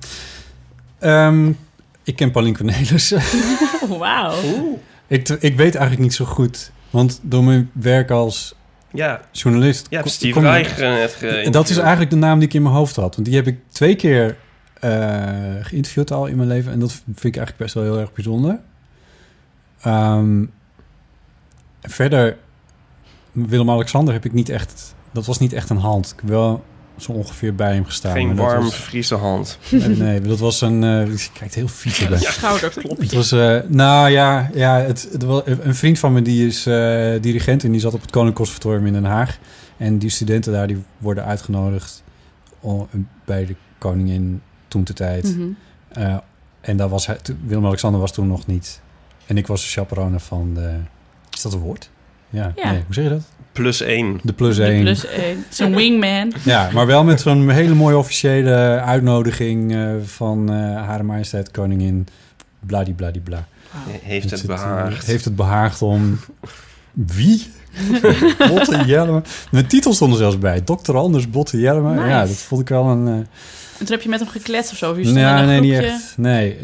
Ik ken Paulien Cornelis. Wauw. Ik weet eigenlijk niet zo goed. Want door mijn werk als journalist... Ja, Steve Reich net dat is eigenlijk de naam die ik in mijn hoofd had. Want die heb ik 2 keer geïnterviewd al in mijn leven. En dat vind ik eigenlijk best wel heel erg bijzonder. Verder, Willem-Alexander heb ik niet echt... Dat was niet echt een hand. Ik heb wel zo ongeveer bij hem gestaan. Geen warm Friese hand. Nee, dat was een... ik kijk heel vies erbij. Schouderklopje. Het was... nou ja, het was een vriend van me die is dirigent... en die zat op het Koninklijk Conservatorium in Den Haag. En die studenten daar die worden uitgenodigd... bij de koningin toen de tijd. Mm-hmm. En daar was Willem-Alexander was toen nog niet. En ik was de chaperone van de... Is dat een woord? Ja. Nee, hoe zeg je dat? +1. De +1. Zo'n wingman. Ja, maar wel met zo'n hele mooie officiële uitnodiging van Hare Majesteit Koningin bladibladibla. Wow. Heeft het behaagd om... Wie? Botte Jellema. Mijn titel stond er zelfs bij. Dr. Anders Botte Jellema. Nice. Ja, dat vond ik wel een... En toen heb je met hem gekletst of zo? Of nee, niet echt. Nee.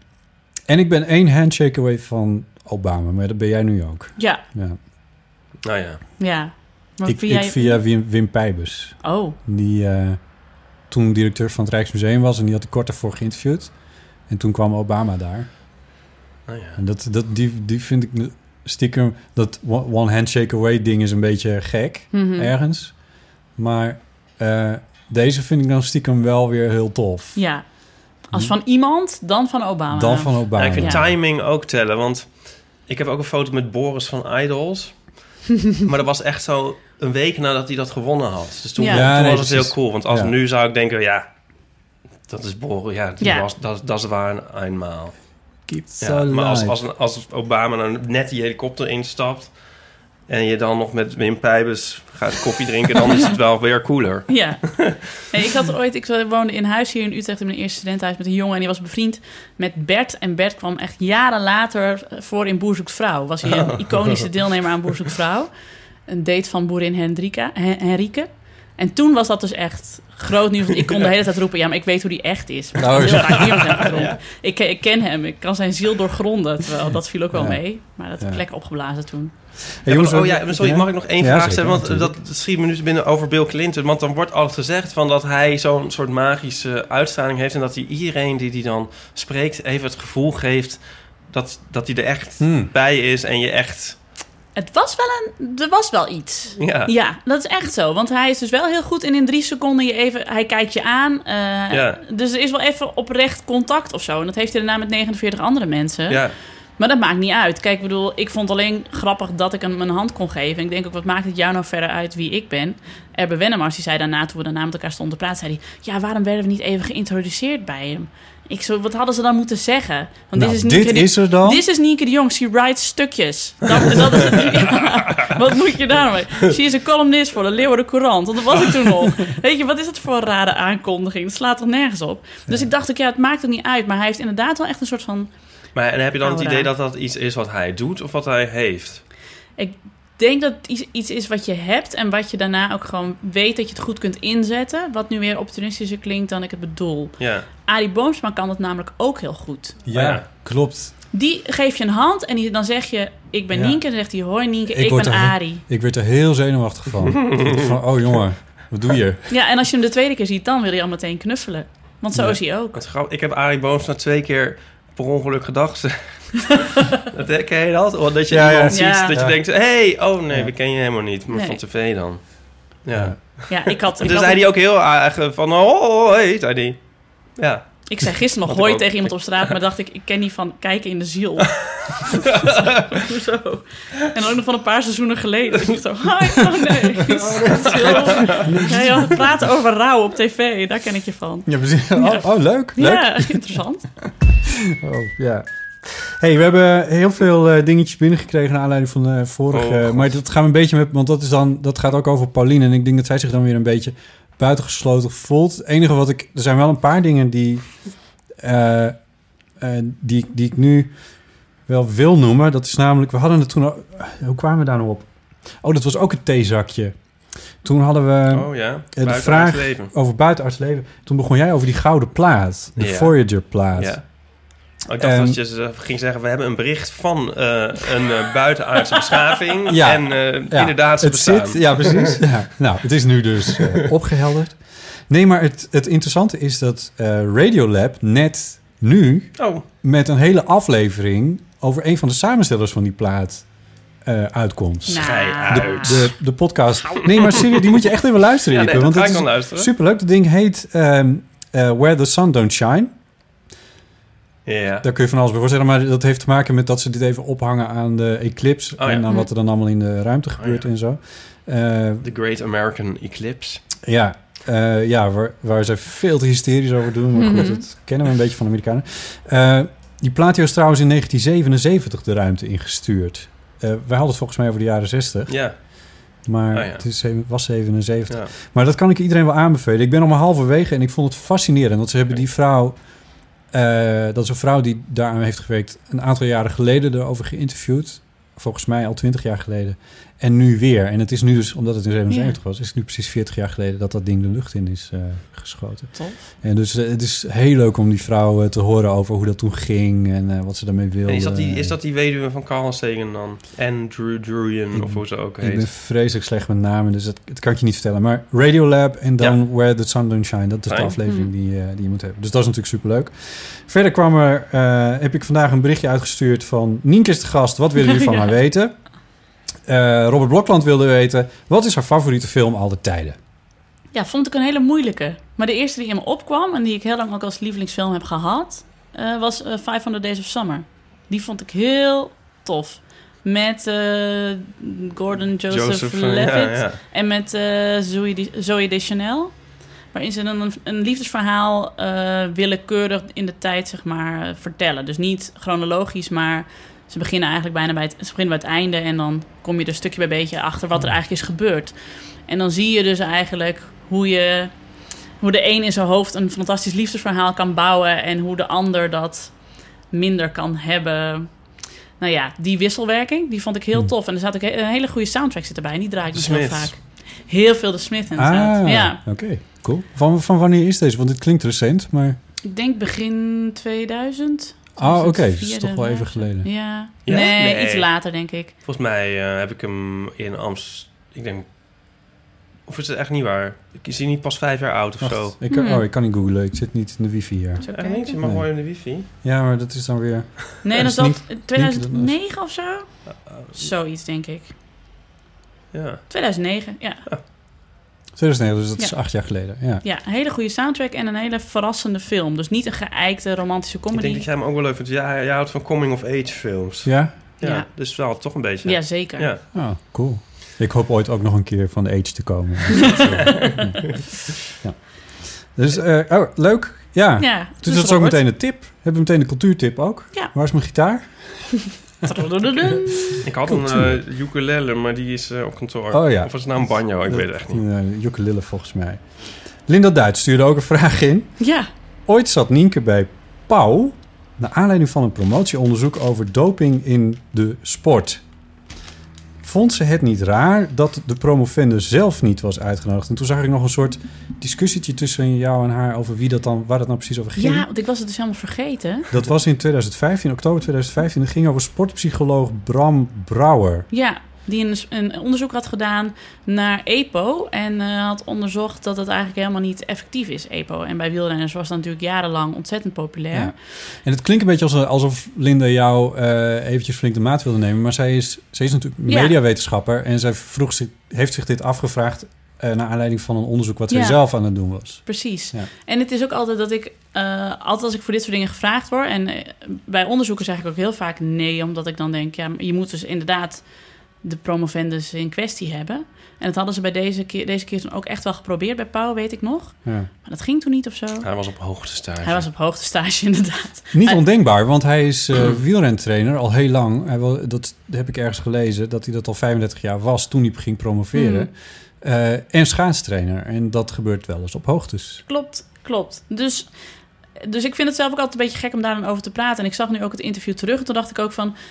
En ik ben 1 handshake away van Obama. Maar dat ben jij nu ook. Ja. Nou ja. Ja. Maar via Wim Pijbus. Oh. Die toen directeur van het Rijksmuseum was... en die had ik kort daarvoor geïnterviewd. En toen kwam Obama daar. Oh ja. En die vind ik stiekem... Dat one handshake away ding is een beetje gek, ergens. Maar deze vind ik dan stiekem wel weer heel tof. Ja. Als van iemand, dan van Obama. Dan van Obama. Ja, ik vind timing ook tellen, want... Ik heb ook een foto met Boris van Idols... maar dat was echt zo een week nadat hij dat gewonnen had. Dus toen was het heel cool. Want als nu zou ik denken, dat is Boris. Ja, dat is waar eenmaal. Maar als Obama nou net die helikopter instapt... en je dan nog met Wim Pijbus gaat koffie drinken... dan is het wel weer cooler. Ja. Nee, ik woonde in huis hier in Utrecht... in mijn eerste studentenhuis met een jongen... en die was bevriend met Bert. En Bert kwam echt jaren later voor in Boer Zoekt Vrouw. Was hij een iconische deelnemer aan Boer Zoekt Vrouw. Een date van boerin Henrike. En toen was dat dus echt groot nieuws. Ik kon de hele tijd roepen, maar ik weet hoe die echt is. Ik heel graag hier met hem gedronken. Ik ken hem, ik kan zijn ziel doorgronden. Terwijl dat viel ook wel mee. Maar dat heb ik lekker opgeblazen toen. Hey, jongens, mag ik nog één vraag stellen? Want dat schiet me nu binnen over Bill Clinton. Want dan wordt altijd gezegd van dat hij zo'n soort magische uitstraling heeft... en dat hij iedereen die dan spreekt even het gevoel geeft... dat hij er echt bij is en je echt Er was wel iets. Ja, dat is echt zo. Want hij is dus wel heel goed in 3 seconden hij kijkt je aan. Dus er is wel even oprecht contact of zo. En dat heeft hij daarna met 49 andere mensen. Ja. Maar dat maakt niet uit. Kijk, ik vond alleen grappig dat ik hem mijn hand kon geven. En ik denk ook, wat maakt het jou nou verder uit wie ik ben? Erbe Wennemars, die zei daarna, toen we daarna met elkaar stonden te praten, zei hij, ja, waarom werden we niet even geïntroduceerd bij hem? Ik zo, wat hadden ze dan moeten zeggen? Want dit is er dan. Dit is Nienke de Jong. She writes stukjes. Dat is wat moet je daar nou mee? She is een columnist voor de Leeuwarden Courant. Want dat was ik toen nog. Weet je, wat is het voor een rare aankondiging? Dat slaat toch nergens op? Dus ik dacht ook, het maakt er niet uit. Maar hij heeft inderdaad wel echt een soort van... Maar en heb je dan het idee dat dat iets is wat hij doet of wat hij heeft? Ik denk dat het iets is wat je hebt en wat je daarna ook gewoon weet dat je het goed kunt inzetten. Wat nu weer opportunistischer klinkt dan ik het bedoel. Ja. Arie Boomsma kan dat namelijk ook heel goed. Ja, klopt. Die geeft je een hand en dan zeg je, ik ben Nienke. En dan zegt hij, hoi Nienke, ik ben Arie. Ik werd er heel zenuwachtig van. Oh jongen, wat doe je? Ja, en als je hem de tweede keer ziet, dan wil je al meteen knuffelen. Want zo is hij ook. Ik heb Arie Boomsma 2 keer per ongeluk gedacht. Dat ken je dat? Dat je iemand ziet, dat je denkt, we kennen je helemaal niet. Maar van tv dan. Ja, ik had... Dus zei hij ook heel erg van, hey, zei hij. Ja. Ik zei gisteren nog hoi tegen iemand op straat, maar dacht ik ken die van kijken in de ziel. Hoezo? En dan ook nog van een paar seizoenen geleden. Ik zo, nee. Praten over rouw op tv, daar ken ik je van. Ja, precies. Leuk. Ja, interessant. Ja. Hey, we hebben heel veel dingetjes binnengekregen naar aanleiding van de vorige... maar dat gaan we een beetje met... Want dat gaat ook over Pauline. En ik denk dat zij zich dan weer een beetje buitengesloten voelt. Het enige wat er zijn wel een paar dingen die ik nu wel wil noemen. Dat is namelijk... We hadden het toen... Hoe kwamen we daar nou op? Dat was ook het theezakje. Toen hadden we de vraag over buitenaards leven. Toen begon jij over die gouden plaat. De Voyager-plaat. Ja. Ik dacht dat je ging zeggen, we hebben een bericht van een buitenaardse beschaving. Ja. En inderdaad, ze bestaan. Ja, precies. Ja. Nou, het is nu dus opgehelderd. Nee, maar het interessante is dat Radiolab net nu met een hele aflevering over een van de samenstellers van die plaat uitkomt. Schei uit. De podcast. Nee, maar serieus, die moet je echt even luisteren. Ja, dat ga ik dan luisteren. Superleuk. Dat ding heet Where the Sun Don't Shine. Ja. Daar kun je van alles bij voorstellen, maar dat heeft te maken met dat ze dit even ophangen aan de eclipse en aan wat er dan allemaal in de ruimte gebeurt en zo. The Great American Eclipse. Ja, waar ze veel te hysterisch over doen, maar goed, dat kennen we een beetje van de Amerikanen. Die plaat is trouwens in 1977 de ruimte ingestuurd. Wij hadden het volgens mij over de jaren 60. Ja. Maar het was 77. Ja. Maar dat kan ik iedereen wel aanbevelen. Ik ben nog maar halverwege en ik vond het fascinerend, want ze hebben die vrouw... dat is een vrouw die daaraan heeft gewerkt een aantal jaren geleden erover geïnterviewd. Volgens mij al 20 jaar geleden. En nu weer. En het is nu dus, omdat het in 77 was, is het nu precies 40 jaar geleden dat ding de lucht in is geschoten. Tof. En dus het is heel leuk om die vrouw te horen over hoe dat toen ging en wat ze daarmee wilde. En is dat die weduwe van Carl Sagan dan? Andrew Druyan, of hoe ze ook heet? Ik ben vreselijk slecht met namen, dus dat kan ik je niet vertellen. Maar Radiolab en dan Where the Sun Don't Shine, dat is de aflevering die je moet hebben. Dus dat is natuurlijk superleuk. Verder heb ik vandaag een berichtje uitgestuurd van Nienke is de gast, wat willen jullie van haar weten? Robert Blokland wilde weten, wat is haar favoriete film aller tijden? Ja, vond ik een hele moeilijke. Maar de eerste die in me opkwam en die ik heel lang ook als lievelingsfilm heb gehad, was 500 Days of Summer. Die vond ik heel tof. Met Gordon Joseph Levitt en met Zooey Deschanel. Waarin ze dan een liefdesverhaal willekeurig in de tijd, zeg maar, vertellen. Dus niet chronologisch, maar ze beginnen eigenlijk bijna bij het einde. En dan kom je er stukje bij beetje achter wat er eigenlijk is gebeurd. En dan zie je dus eigenlijk hoe de een in zijn hoofd een fantastisch liefdesverhaal kan bouwen. En hoe de ander dat minder kan hebben. Nou ja, die wisselwerking, die vond ik heel tof. En er zat ook een hele goede soundtrack zit erbij. En die draai ik dus heel vaak. Heel veel de Smith inderdaad. Ja. Oké, cool. Van wanneer is deze? Want dit klinkt recent, maar... Ik denk begin 2000. Oké. Dat is toch wel even geleden. Ja. Nee, iets later denk ik. Volgens mij heb ik hem in Amsterdam... Ik denk Of is het echt niet waar? Is hij niet pas 5 jaar oud of zo? Ik kan niet googlen. Ik zit niet in de wifi hier. Echt niet? Je mag gewoon in de wifi? Ja, maar dat is dan weer... Nee, dat is dat 2009 of zo? Zoiets, denk ik. Ja. 2009, ja. 2009, dus dat is 8 jaar geleden. Ja, een hele goede soundtrack en een hele verrassende film. Dus niet een geëikte romantische comedy. Ik denk dat jij hem ook wel leuk vindt. Ja, jij houdt van coming-of-age films. Ja? Ja. Dus wel toch een beetje. Ja, zeker. Ja. Oh, cool. Ik hoop ooit ook nog een keer van de Age te komen. Ja. Dus, leuk. Ja. Dus dat is ook meteen een tip. Hebben we meteen de cultuurtip ook? Ja. Waar is mijn gitaar? Ik had een ukulele, maar die is op kantoor. Oh, ja. Of was het nou een banjo? Ik weet het echt niet. Ukulele volgens mij. Linda Duits stuurde ook een vraag in. Ja. Ooit zat Nienke bij Pauw... naar aanleiding van een promotieonderzoek over doping in de sport. Vond ze het niet raar dat de promovende zelf niet was uitgenodigd? En toen zag ik nog een soort discussietje tussen jou en haar... over waar dat nou precies over ging. Ja, want ik was het dus helemaal vergeten. Dat was in 2015, oktober 2015. Dat ging over sportpsycholoog Bram Brouwer. Ja, die een onderzoek had gedaan naar EPO... en had onderzocht dat het eigenlijk helemaal niet effectief is, EPO. En bij wielrenners was dat natuurlijk jarenlang ontzettend populair. Ja. En het klinkt een beetje alsof Linda jou eventjes flink de maat wilde nemen... maar zij is natuurlijk mediawetenschapper... en zij heeft zich dit afgevraagd... naar aanleiding van een onderzoek wat zij zelf aan het doen was. Precies. Ja. En het is ook altijd dat ik... altijd als ik voor dit soort dingen gevraagd word... en bij onderzoeken zeg ik ook heel vaak nee... omdat ik dan denk, ja, je moet dus inderdaad... de promovendus in kwestie hebben. En dat hadden ze bij deze keer toen ook echt wel geprobeerd bij Pauw, weet ik nog. Ja. Maar dat ging toen niet of zo. Hij was op hoogtestage. Hij was op hoogtestage, inderdaad. Niet ondenkbaar, want hij is wielrentrainer al heel lang. Dat heb ik ergens gelezen, dat hij dat al 35 jaar was toen hij ging promoveren. En schaatstrainer. En dat gebeurt wel eens op hoogtes. Klopt. Dus ik vind het zelf ook altijd een beetje gek om daar dan over te praten. En ik zag nu ook het interview terug. En toen dacht ik ook van,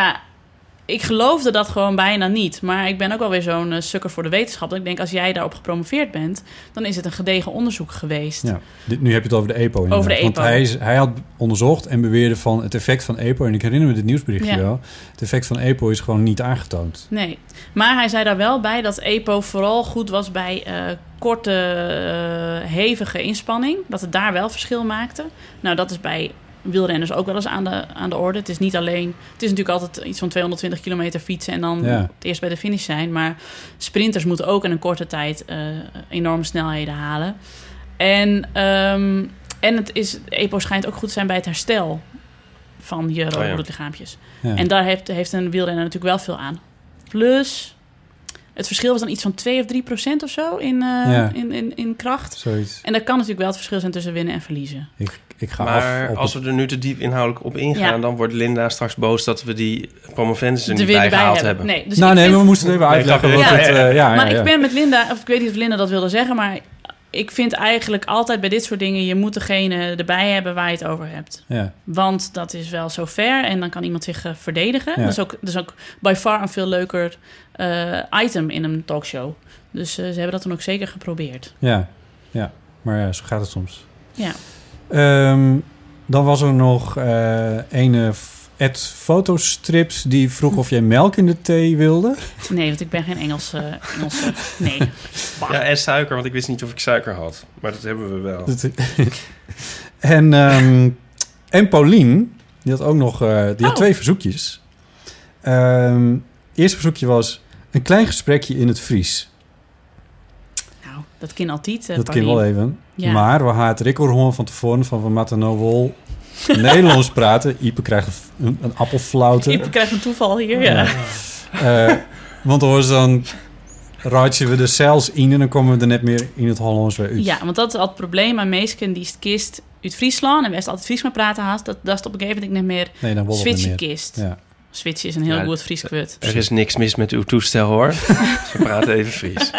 ik geloofde dat gewoon bijna niet. Maar ik ben ook wel weer zo'n sukker voor de wetenschap. Dat ik denk, als jij daarop gepromoveerd bent... dan is het een gedegen onderzoek geweest. Ja, nu heb je het over de EPO. Over de EPO. Want hij had onderzocht en beweerde van het effect van EPO... en ik herinner me dit nieuwsberichtje wel... het effect van EPO is gewoon niet aangetoond. Nee, maar hij zei daar wel bij dat EPO vooral goed was... bij korte, hevige inspanning. Dat het daar wel verschil maakte. Nou, dat is bij... wielrenners ook wel eens aan de orde. Het is niet alleen... Het is natuurlijk altijd iets van 220 kilometer fietsen... en dan het eerst bij de finish zijn. Maar sprinters moeten ook in een korte tijd... enorme snelheden halen. En het EPO schijnt ook goed te zijn bij het herstel... van je rode bloedlichaampjes. Ja. En daar heeft een wielrenner natuurlijk wel veel aan. Plus... Het verschil was dan iets van 2 of 3% of zo in kracht. Zoiets. En dat kan natuurlijk wel het verschil zijn tussen winnen en verliezen. Ik ga maar als we er nu te diep inhoudelijk op ingaan... dan wordt Linda straks boos dat we die promovendus er niet bij gehaald hebben. Nee, dus maar we moesten het even uitleggen. Ik ben met Linda... of ik weet niet of Linda dat wilde zeggen... maar ik vind eigenlijk altijd bij dit soort dingen... je moet degene erbij hebben waar je het over hebt. Ja. Want dat is wel zo fair en dan kan iemand zich verdedigen. Ja. Dat is ook by far een veel leuker item in een talkshow. Dus ze hebben dat dan ook zeker geprobeerd. Ja. Maar zo gaat het soms. Ja. Dan was er nog een fotostrips die vroeg of jij melk in de thee wilde. Nee, want ik ben geen Engelse. Nee. Bah. Ja, en suiker, want ik wist niet of ik suiker had. Maar dat hebben we wel. En Paulien, die had ook nog die had 2 verzoekjes. Het eerste verzoekje was een klein gesprekje in het Fries. Nou, dat kan altijd. Dat kan wel even. Ja. Maar we hadden Rick horen van tevoren van we moeten nou wel Nederlands praten. Ipe krijgt een appelflaute. Ipe krijgt een toeval hier, ja. Want dan raadje we er zelfs in en dan komen we er net meer in het Hollands weer uit. Ja, want dat is al het probleem aan mensen die kist uit Friesland en we altijd Fries maar praten haast. Dat is op een gegeven moment niet meer switchen kist. Ja. Switchen is een heel goed Fries kwart. Er is niks mis met uw toestel hoor. Ze praten even Fries.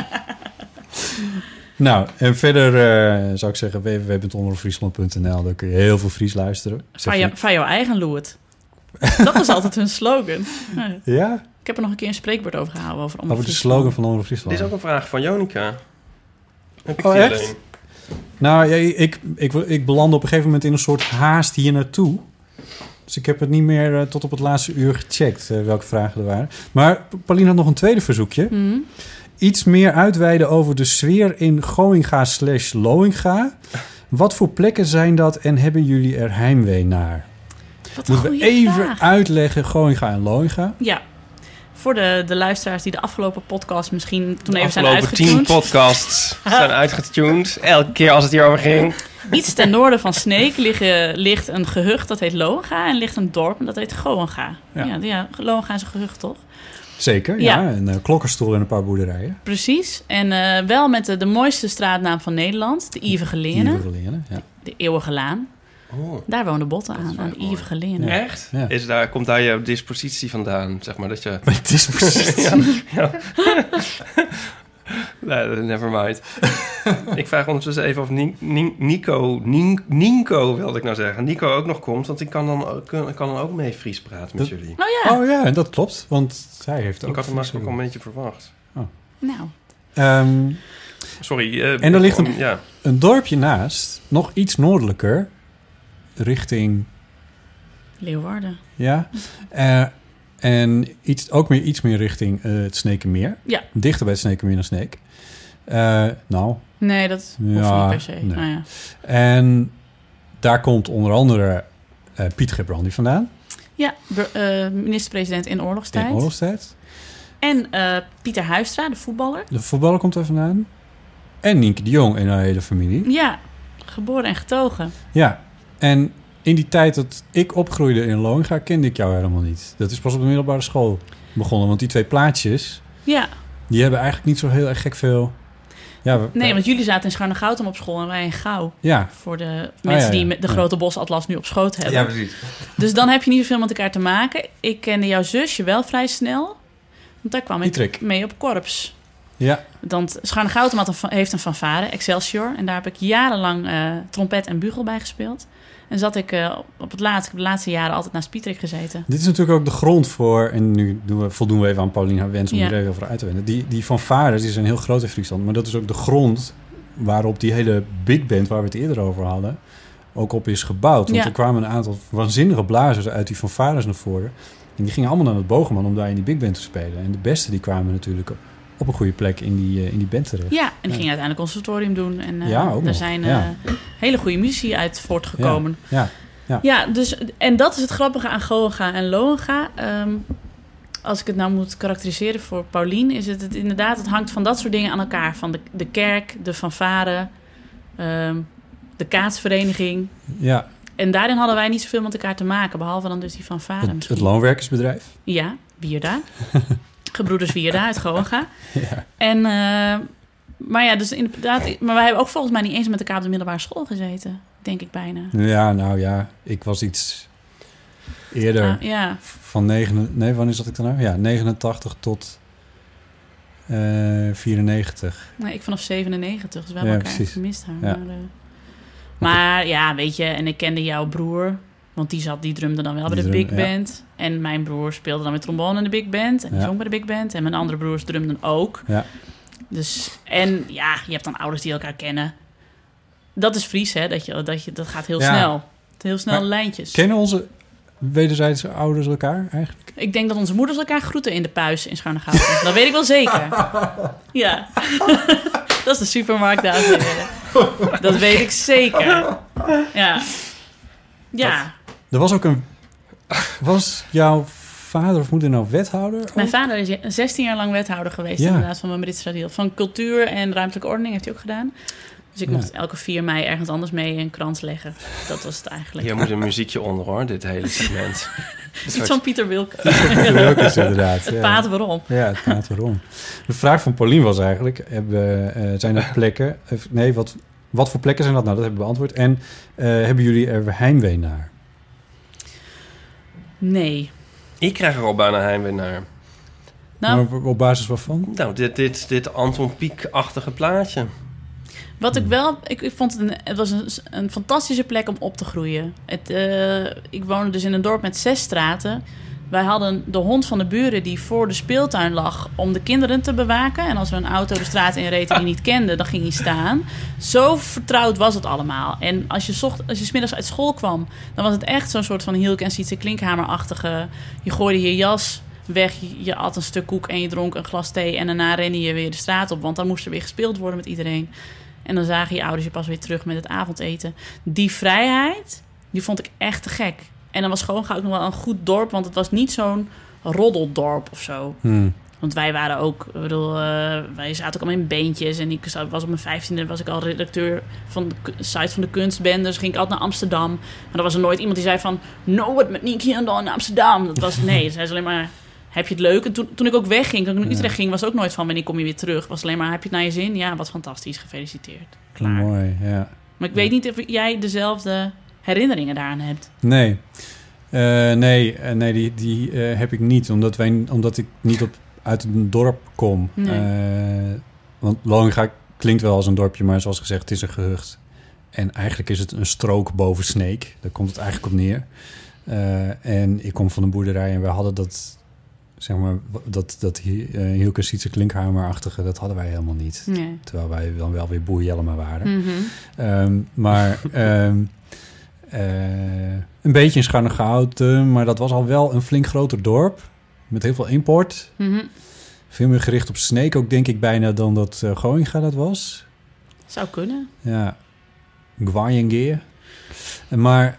Nou, en verder zou ik zeggen www.omroepfriesland.nl. Daar kun je heel veel Fries luisteren. Van jouw eigen loert. Dat was altijd hun slogan. Ja? Ik heb er nog een keer een spreekwoord over gehouden. Over de slogan van Omroep Friesland. Dit is ook een vraag van Jonica. Heb ik die echt? Alleen? Nou, ik belandde op een gegeven moment in een soort haast hier naartoe. Dus ik heb het niet meer tot op het laatste uur gecheckt welke vragen er waren. Maar Pauline had nog een tweede verzoekje. Mm-hmm. iets meer uitweiden over de sfeer in Goinga/Loinga? Wat voor plekken zijn dat en hebben jullie er heimwee naar? Moeten we even uitleggen Goinga en Loinga? Ja. Voor de luisteraars die de afgelopen podcast misschien toen even zijn uitgetuned. De afgelopen 10 podcasts zijn uitgetuned. Elke keer als het hierover ging. Iets ten noorden van Sneek ligt een gehucht dat heet Loinga. En ligt een dorp dat heet Goinga. Ja, Loinga is een gehucht, toch? Zeker, ja. Een klokkenstoel en een paar boerderijen. Precies. En wel met de mooiste straatnaam van Nederland. De Ievige Leene. Ja. De Eeuwige Laan. Oh. Daar woonde Botte aan de Ievige Leene. Ja. Echt? Ja. Komt daar jouw dispositie vandaan? Zeg maar dat je... Mijn dispositie? ja. Nee, never mind. Ik vraag ondertussen even of Nico wilde ik nou zeggen. Nico ook nog komt, want ik kan dan ook mee Fries praten met jullie. Oh ja, en dat klopt, want zij heeft ook... Ik had hem ook al een beetje verwacht. Oh. Nou. Sorry. En er ligt een dorpje naast, nog iets noordelijker, richting... Leeuwarden. Ja. En iets meer richting het Sneekenmeer. Ja. Dichter bij het Sneekenmeer dan Sneek. Nee, dat hoeft niet per se. Nee. Nou ja. En daar komt onder andere Piet Gerbrandy vandaan. Ja, minister-president in oorlogstijd. En Pieter Huistra, de voetballer. De voetballer komt er vandaan. En Nienke de Jong en haar hele familie. Ja, geboren en getogen. Ja, en... In die tijd dat ik opgroeide in Loinga kende ik jou helemaal niet. Dat is pas op de middelbare school begonnen. Want die 2 plaatjes, die hebben eigenlijk niet zo heel erg gek veel... Ja, want jullie zaten in Scharnegouwtem op school en wij in Gouw. Ja. Voor de mensen die de grote bosatlas nu op schoot hebben. Ja, precies. Dus dan heb je niet zoveel met elkaar te maken. Ik kende jouw zusje wel vrij snel. Want daar kwam ik mee op korps. Ja. Want Scharnegouwtem heeft een fanfare, Excelsior. En daar heb ik jarenlang trompet en bugel bij gespeeld. En zat ik op de laatste jaren altijd naast Pieterik gezeten. Dit is natuurlijk ook de grond voor... En nu voldoen we even aan Paulien haar wens om er even over uit te wenden. Die fanfares die zijn heel groot in Friesland. Maar dat is ook de grond waarop die hele big band... waar we het eerder over hadden, ook op is gebouwd. Want er kwamen een aantal waanzinnige blazers uit die fanfares naar voren. En die gingen allemaal naar het Bogerman om daar in die big band te spelen. En de beste die kwamen natuurlijk op een goede plek in die band terecht. Ja, en die gingen uiteindelijk conservatorium doen. En ook er zijn hele goede muzici uit voortgekomen. Ja. Dus, en dat is het grappige aan Goinga en Loinga. Als ik het nou moet karakteriseren voor Paulien... is het inderdaad, het hangt van dat soort dingen aan elkaar. Van de kerk, de fanfare, de kaatsvereniging. Ja. En daarin hadden wij niet zoveel met elkaar te maken... behalve dan dus die fanfare. Het loonwerkersbedrijf. Ja, Wierda. Gebroeders Wierda uit Goinga. Ja. En, maar ja, dus inderdaad... Maar wij hebben ook volgens mij niet eens met elkaar op de middelbare school gezeten. Denk ik bijna. Ja, nou ja. Ik was iets eerder. Van wanneer zat ik dan nou? Ja, 89 tot 94. Nee, ik vanaf 97. Dus we hebben elkaar gemist. Ja. Maar ja, weet je... En ik kende jouw broer... Want die drumde dan wel bij de big band. Ja. En mijn broer speelde dan met trombone in de big band. En die zong bij de big band. En mijn andere broers drumden ook. Ja. Dus, en ja, je hebt dan ouders die elkaar kennen. Dat is Fries, hè? Dat gaat heel snel. Heel snel lijntjes. Kennen onze wederzijdse ouders elkaar eigenlijk? Ik denk dat onze moeders elkaar groeten in de Puis in Scharnegouwtem. Dat weet ik wel zeker. Ja. Dat is de supermarkt, dames en heren. Dat weet ik zeker. Ja. Ja. Er was ook Was jouw vader of moeder nou wethouder? Mijn vader is 16 jaar lang wethouder geweest, inderdaad, van mijn Britsradiel. Van cultuur en ruimtelijke ordening heeft hij ook gedaan. Dus ik mocht elke 4 mei ergens anders mee een krans leggen. Dat was het eigenlijk. Jij moet een muziekje onder, hoor, dit hele segment. Iets van Pieter Wilkens. Pieter Wilkens, inderdaad. Het paard waarom. Ja, het paard waarom. De vraag van Paulien was eigenlijk, zijn er plekken... Nee, wat voor plekken zijn dat nou? Dat hebben we beantwoord. En hebben jullie er heimwee naar? Nee. Ik krijg er al bijna heimwee naar. Nou, maar op basis waarvan? Nou, dit Anton Pieck-achtige plaatje. Wat ik wel... Ik vond het was een fantastische plek om op te groeien. Ik woonde dus in een dorp met 6 straten. Wij hadden de hond van de buren die voor de speeltuin lag om de kinderen te bewaken. En als er een auto de straat in reed die hij niet kende, dan ging hij staan. Zo vertrouwd was het allemaal. En als je 's middags uit school kwam, dan was het echt zo'n soort van Hielke en Sietse Klinkhamer-achtige... Je gooide je jas weg. Je at een stuk koek en je dronk een glas thee. En daarna rende je weer de straat op. Want dan moest er weer gespeeld worden met iedereen. En dan zagen je ouders je pas weer terug met het avondeten. Die vrijheid, die vond ik echt te gek. En dan was Schoonga ook nog wel een goed dorp. Want het was niet zo'n roddeldorp of zo. Want wij waren ook, wij zaten ook allemaal in beentjes. En ik was op mijn 15e was ik al redacteur van de site van de kunstbende. Dus ging ik altijd naar Amsterdam. Maar er was er nooit iemand die zei van... No, wat met Niki en dan in Amsterdam. Dat was, nee, ze zei alleen maar... Heb je het leuk? En toen ik ook wegging, toen ik naar Utrecht ging... was ook nooit van, wanneer kom je weer terug? Was alleen maar, heb je het naar je zin? Ja, wat fantastisch, gefeliciteerd. Klaar. Mooi, ja. Maar ik weet niet of jij dezelfde herinneringen daaraan hebt. Nee. Die heb ik niet. Omdat ik niet uit een dorp kom. Nee. Want Loninga klinkt wel als een dorpje, maar zoals gezegd, het is een gehucht. En eigenlijk is het een strook boven Sneek. Daar komt het eigenlijk op neer. En ik kom van een boerderij en we hadden dat... Zeg maar, dat Hielke Sietse Klinkhamer-achtige, dat hadden wij helemaal niet. Nee. Terwijl wij dan wel weer Boer Jellema waren. Een beetje in Scharnegouten, maar dat was al wel een flink groter dorp. Met heel veel import. Veel meer gericht op Sneek ook, denk ik bijna, dan dat Goinga dat was. Zou kunnen. Ja. Gwayengeer. Maar,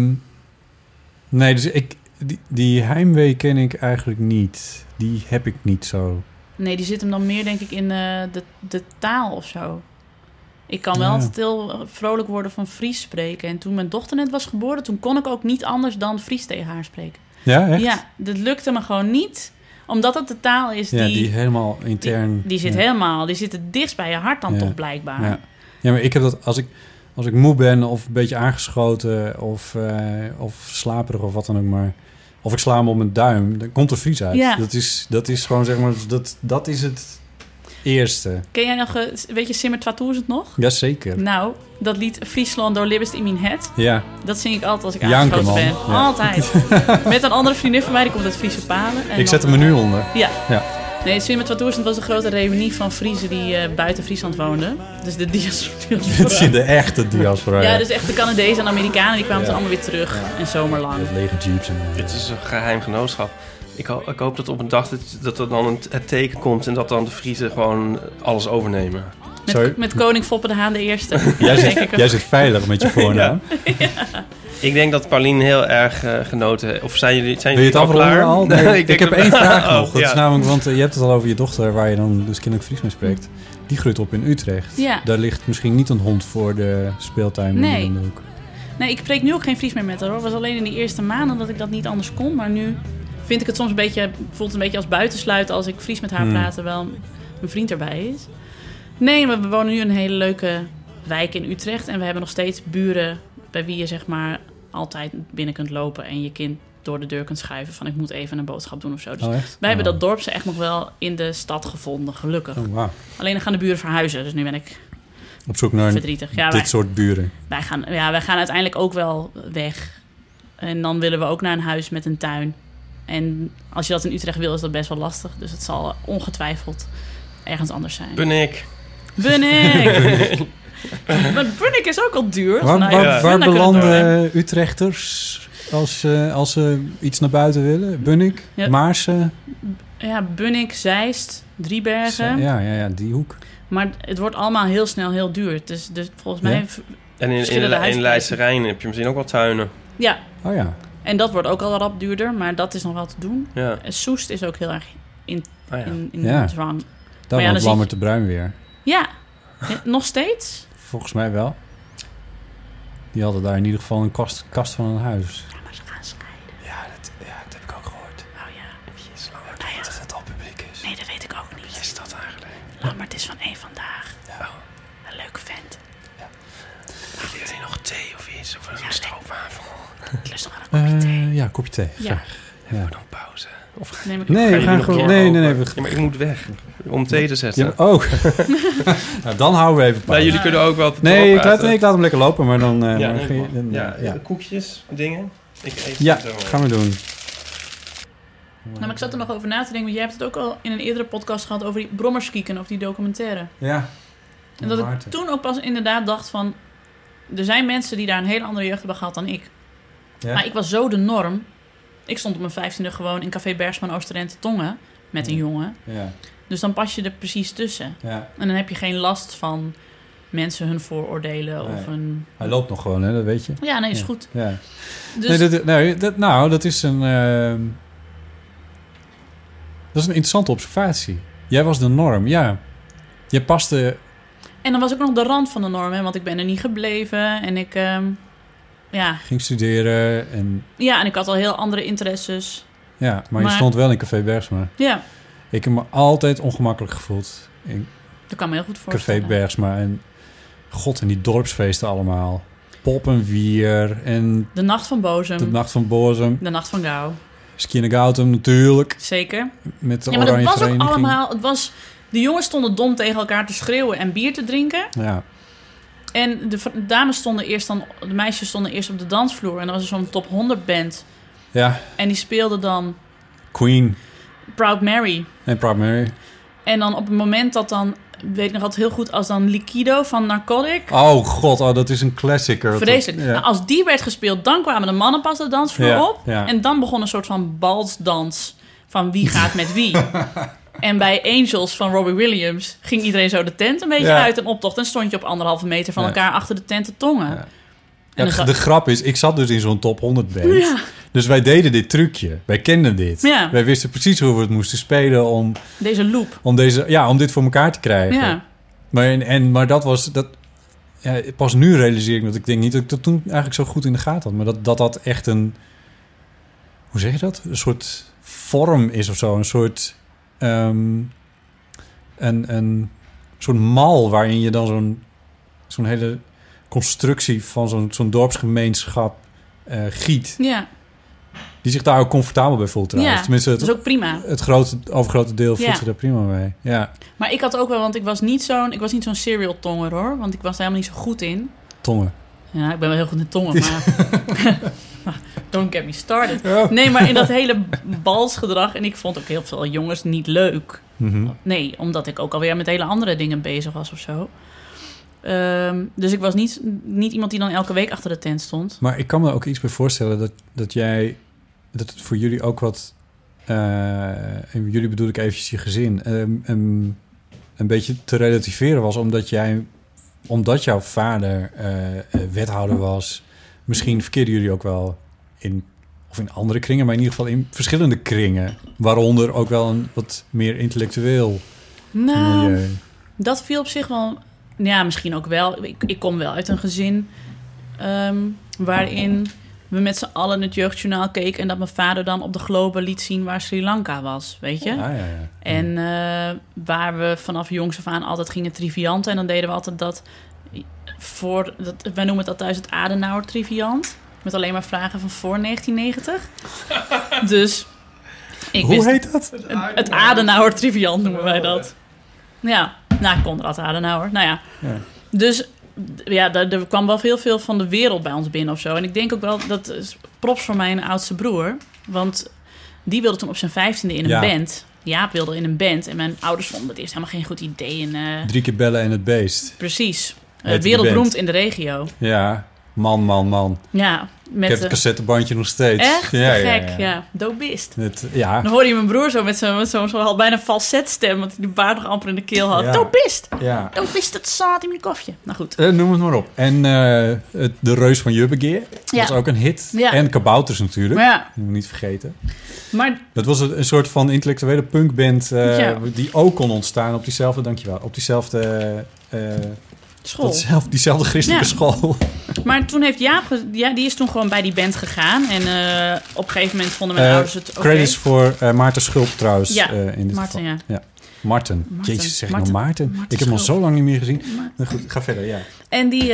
nee, dus die heimwee ken ik eigenlijk niet. Die heb ik niet zo. Nee, die zit hem dan meer, denk ik, in de taal of zo. Ik kan wel altijd heel vrolijk worden van Fries spreken. En toen mijn dochter net was geboren... toen kon ik ook niet anders dan Fries tegen haar spreken. Ja, echt? Ja, dat lukte me gewoon niet. Omdat het de taal is die helemaal intern... Die zit helemaal... Die zit het dichtst bij je hart dan toch blijkbaar. Ja, maar ik heb dat... Als ik moe ben of een beetje aangeschoten... of slaperig of wat dan ook maar... Of ik sla hem op mijn duim, dan komt er Fries uit. Ja. Dat is gewoon, zeg maar... Dat is het eerste. Ken jij nog... weet je Simmer Twatoes het nog? Jazeker. Nou, dat lied Friesland door Libbest in mijn head. Ja. Dat zing ik altijd als ik aangeschoten ben. Ja. Altijd. Met een andere vriendin van mij, die komt uit Friese Palen. En ik zet hem er nu onder. Ja. Nee, Simmer Twatoes was een grote reunie van Friesen die buiten Friesland woonden. Dus de diaspora. Het is de echte diaspora. Ja, dus echt de Canadezen en Amerikanen, die kwamen toen allemaal weer terug. En zomerlang. Met lege jeeps. Dit is een geheim genootschap. Ik hoop dat op een dag dat er dan het teken komt... en dat dan de Friesen gewoon alles overnemen. Met koning Foppe de Haan de Eerste. Jij zit veilig met je voornaam. Ja. Ik denk dat Paulien heel erg genoten... Of zijn jullie Wil je het afronden al? Nee, ik heb één vraag nog. Dat ja. is namelijk, want je hebt het al over je dochter... waar je dan dus kinderlijk Fries mee spreekt. Die groeit op in Utrecht. Ja. Daar ligt misschien niet een hond voor de speeltuin. Nee. Ik spreek nu ook geen Fries meer met haar, hoor. Het was alleen in die eerste maanden dat ik dat niet anders kon. Maar nu vind ik het soms een beetje... voelt het een beetje als buitensluiten als ik Fries met haar praat... terwijl mijn vriend erbij is. Nee, maar we wonen nu in een hele leuke wijk in Utrecht. En we hebben nog steeds buren bij wie je zeg maar altijd binnen kunt lopen... en je kind door de deur kunt schuiven van ik moet even een boodschap doen of zo. Dus wij hebben dat dorp ze echt nog wel in de stad gevonden, gelukkig. Oh, wow. Alleen dan gaan de buren verhuizen, dus nu ben ik op zoek naar verdrietig. Ja, dit soort buren. Wij gaan uiteindelijk ook wel weg. En dan willen we ook naar een huis met een tuin. En als je dat in Utrecht wil, is dat best wel lastig. Dus het zal ongetwijfeld ergens anders zijn. Bunnik. Maar Bunnik is ook al duur. Waar belanden Utrechters als ze iets naar buiten willen? Bunnik, Maarsen? Ja, Bunnik, Zeist, Driebergen. Ja, die hoek. Maar het wordt allemaal heel snel heel duur. Dus volgens mij... En in Leidse Rijn heb je misschien ook wel tuinen. Ja. Oh ja. En dat wordt ook al rap duurder, maar dat is nog wel te doen. Ja. Soest is ook heel erg in zwang. Daar woont Lammert de Bruin weer. Ja, nog steeds? Volgens mij wel. Die hadden daar in ieder geval een kast van een huis. Ja, maar ze gaan scheiden. Ja, dat heb ik ook gehoord. Oh ja. Wie is Lammert? Of dat al publiek is? Nee, dat weet ik ook niet. Wie is dat eigenlijk? Lammert is van Eén Vandaag. Ja. Een leuke vent. Ja. Wil je nog thee of iets? Of een stroopwafel? Ik lust nog aan een kopje thee. Ja, kopje thee. Graag. Hebben we dan pauze? Of nee, we gaan gewoon... Nee. Maar ik moet weg om thee te zetten. Ja, nou, dan houden we even pauze. Nou, jullie kunnen ook wel... Nee, ik laat hem lekker lopen, maar dan... koekjes, dingen. Gaan we doen. Maar ik zat er nog over na te denken, want jij hebt het ook al in een eerdere podcast gehad over die Brommerskieken, of die documentaire. Ja. En dat ik toen ook pas inderdaad dacht van, er zijn mensen die daar een hele andere jeugd hebben gehad dan ik. Ja. Maar ik was zo de norm. Ik stond op mijn 15e gewoon in Café Bergsma Oosterend te tongen met een jongen. Ja. Dus dan pas je er precies tussen. Ja. En dan heb je geen last van mensen hun vooroordelen of een... Hij loopt nog gewoon, hè? Dat weet je. Ja, nee, is goed. Ja. Dus... Dat is een... dat is een interessante observatie. Jij was de norm, ja. Je paste... En dan was ik nog de rand van de norm, hè, want ik ben er niet gebleven. En ik... ging studeren en... Ja, en ik had al heel andere interesses. Ja, maar je stond wel in Café Bergsma. Ja. Ik heb me altijd ongemakkelijk gevoeld. Dat kan me heel goed voorstellen. Café Bergsma en... God, en die dorpsfeesten allemaal. Poppenwier en... De Nacht van Bozem. De Nacht van Bozem. De Nacht van Gauw. Skinnergautum natuurlijk. Zeker. Met de maar dat was vereniging. ook allemaal... De jongens stonden dom tegen elkaar te schreeuwen en bier te drinken. Ja. En de meisjes stonden eerst op de dansvloer. En dan was er zo'n top 100 band. Ja. En die speelde dan... Queen. Proud Mary. En Proud Mary. En dan op het moment dat dan... Weet ik nog altijd heel goed als dan Liquido van Narcotic. Oh god, dat is een klassieker. Vreselijk. Ja. Nou, als die werd gespeeld, dan kwamen de mannen pas de dansvloer op. Ja. En dan begon een soort van balsdans van wie gaat met wie. En bij Angels van Robbie Williams ging iedereen zo de tent een beetje uit en optocht. En stond je op 1,5 meter van elkaar achter de tent te tongen. Ja. En de grap is, ik zat dus in zo'n top 100 band. Ja. Dus wij deden dit trucje. Wij kenden dit. Ja. Wij wisten precies hoe we het moesten spelen om... Deze loop. Om dit voor elkaar te krijgen. Ja. Maar dat was... pas nu realiseer ik dat ik denk niet dat ik dat toen eigenlijk zo goed in de gaten had. Maar dat echt een... Hoe zeg je dat? Een soort vorm is of zo. Een soort... een soort mal waarin je dan zo'n hele constructie van zo'n dorpsgemeenschap giet. Ja. Die zich daar ook comfortabel bij voelt trouwens. Ja, tenminste, dat is ook prima. Het overgrote deel voelt zich daar prima bij. Ja. Maar ik had ook wel, want ik was niet zo'n serial tonger hoor. Want ik was daar helemaal niet zo goed in. Tongen. Ja, ik ben wel heel goed in tongen, maar... Don't get me started. Oh. Nee, maar in dat hele balsgedrag... En ik vond ook heel veel jongens niet leuk. Mm-hmm. Nee, omdat ik ook alweer met hele andere dingen bezig was of zo. Dus ik was niet iemand die dan elke week achter de tent stond. Maar ik kan me ook iets bij voorstellen dat het voor jullie ook wat... en jullie bedoel ik eventjes je gezin... een beetje te relativeren was, omdat jouw vader wethouder was. Misschien verkeerden jullie ook wel in andere kringen, maar in ieder geval in verschillende kringen. Waaronder ook wel een wat meer intellectueel milieu. Dat viel op zich wel... Ja, misschien ook wel. Ik kom wel uit een gezin waarin we met z'n allen het Jeugdjournaal keken... en dat mijn vader dan op de globe liet zien waar Sri Lanka was, weet je? Ja. En waar we vanaf jongs af aan altijd gingen trivianten... en dan deden we altijd dat... wij noemen dat thuis het Adenauer triviant... met alleen maar vragen van voor 1990. Dus... Hoe heet dat? Het Adenauer triviant noemen wij dat. Ja, Konrad Adenauer. Nou ja. Dus ja, er kwam wel heel veel van de wereld bij ons binnen of zo. En ik denk ook wel, dat is props voor mijn oudste broer. Want die wilde toen op zijn 15e in een band. Jaap wilde in een band. En mijn ouders vonden het eerst helemaal geen goed idee. 3 keer bellen en het beest. Precies. Wereldberoemd in de regio. Ja, man. Ja. Ik heb het cassettebandje nog steeds. Echt? Ja, gek, ja. Dobist. Ja. Dan hoorde je mijn broer zo met zo'n bijna falsetstem... want hij die baard nog amper in de keel had. Ja. Dobist! Ja. Dobist, het zaad in mijn kofje. Nou goed. Noem het maar op. En De Reus van Jubbegeer. Dat was ook een hit. Ja. En Kabouters natuurlijk. Dat moet je niet vergeten. Maar dat was een soort van intellectuele punkband... die ook kon ontstaan op diezelfde... Dankjewel. Op diezelfde... school. Diezelfde christelijke school. Maar toen heeft Jaap... die is toen gewoon bij die band gegaan. En op een gegeven moment vonden mijn ouders het oké. Credits voor Maarten Schulp trouwens. Ja, in dit Marten, geval. Ja. Marten. Jezus, zeg nou Maarten. Ik heb hem al zo lang niet meer gezien. Nou goed, ga verder, ja. En die...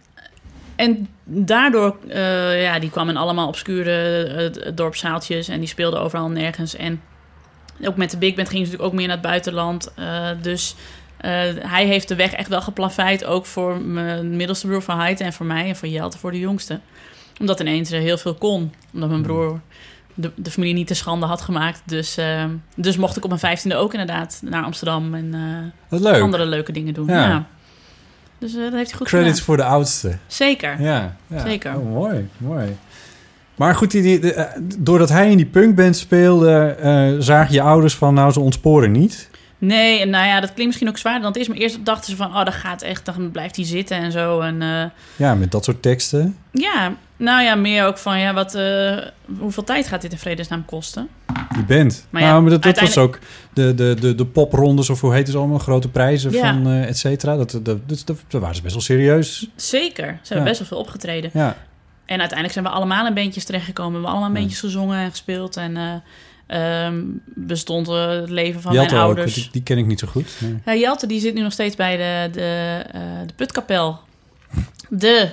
En daardoor, die kwam in allemaal obscure dorpszaaltjes... en die speelden overal nergens. En ook met de Big Band gingen ze natuurlijk ook meer naar het buitenland. Dus... hij heeft de weg echt wel geplaveid, ook voor mijn middelste broer van Heite en voor mij en voor Jelte, voor de jongste. Omdat ineens heel veel kon. Omdat mijn broer de familie niet te schande had gemaakt. Dus mocht ik op mijn 15e ook inderdaad naar Amsterdam en andere leuke dingen doen. Ja. Dus dat heeft hij goed Credits gedaan. voor de oudste. Zeker. Ja. Zeker. Oh, mooi. Maar goed, doordat hij in die punkband speelde... zagen je ouders van, nou, ze ontsporen niet... Nee, nou ja, dat klinkt misschien ook zwaar. Want eerst dachten ze van, dat gaat echt, dan blijft hij zitten en zo. En, ja, met dat soort teksten. Ja, nou ja, meer ook van, ja, hoeveel tijd gaat dit in vredesnaam kosten? Die band. Maar dat was ook de poprondes, of hoe heet het allemaal, grote prijzen van et cetera. Daar waren ze best wel serieus. Zeker, ze hebben best wel veel opgetreden. Ja. En uiteindelijk zijn we allemaal in bandjes terechtgekomen. We hebben allemaal bandjes gezongen en gespeeld en... bestond het leven van Jelte mijn ouders. Ook, die ken ik niet zo goed. Nee. Ja, Jelte die zit nu nog steeds bij de Putkapel. De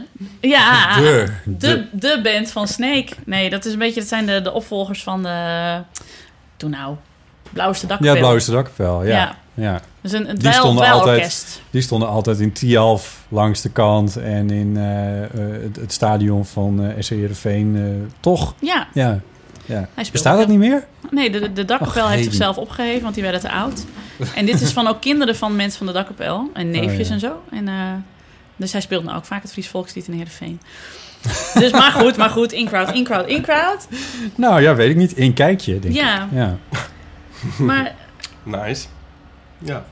band van Snake. Nee, dat zijn de opvolgers van de... Toen nou, Blauwste Dakkapel. Ja, Blauwste Dakkapel, ja. Dus een dweilorkest. Die stonden altijd in Tialf langs de kant en in het stadion van SC Heerenveen. Toch? Ja. Bestaat dat niet meer? Nee, de Dakkapel heeft zichzelf opgeheven, want die werden te oud. En dit is van ook kinderen van mensen van de Dakkapel. En neefjes en zo. En, dus hij speelt nou ook vaak het Fries volkslied in Heerenveen. Dus maar goed. In-crowd. Nou ja, weet ik niet. Een kijkje, denk ik. Ja. Maar... Nice. Ja.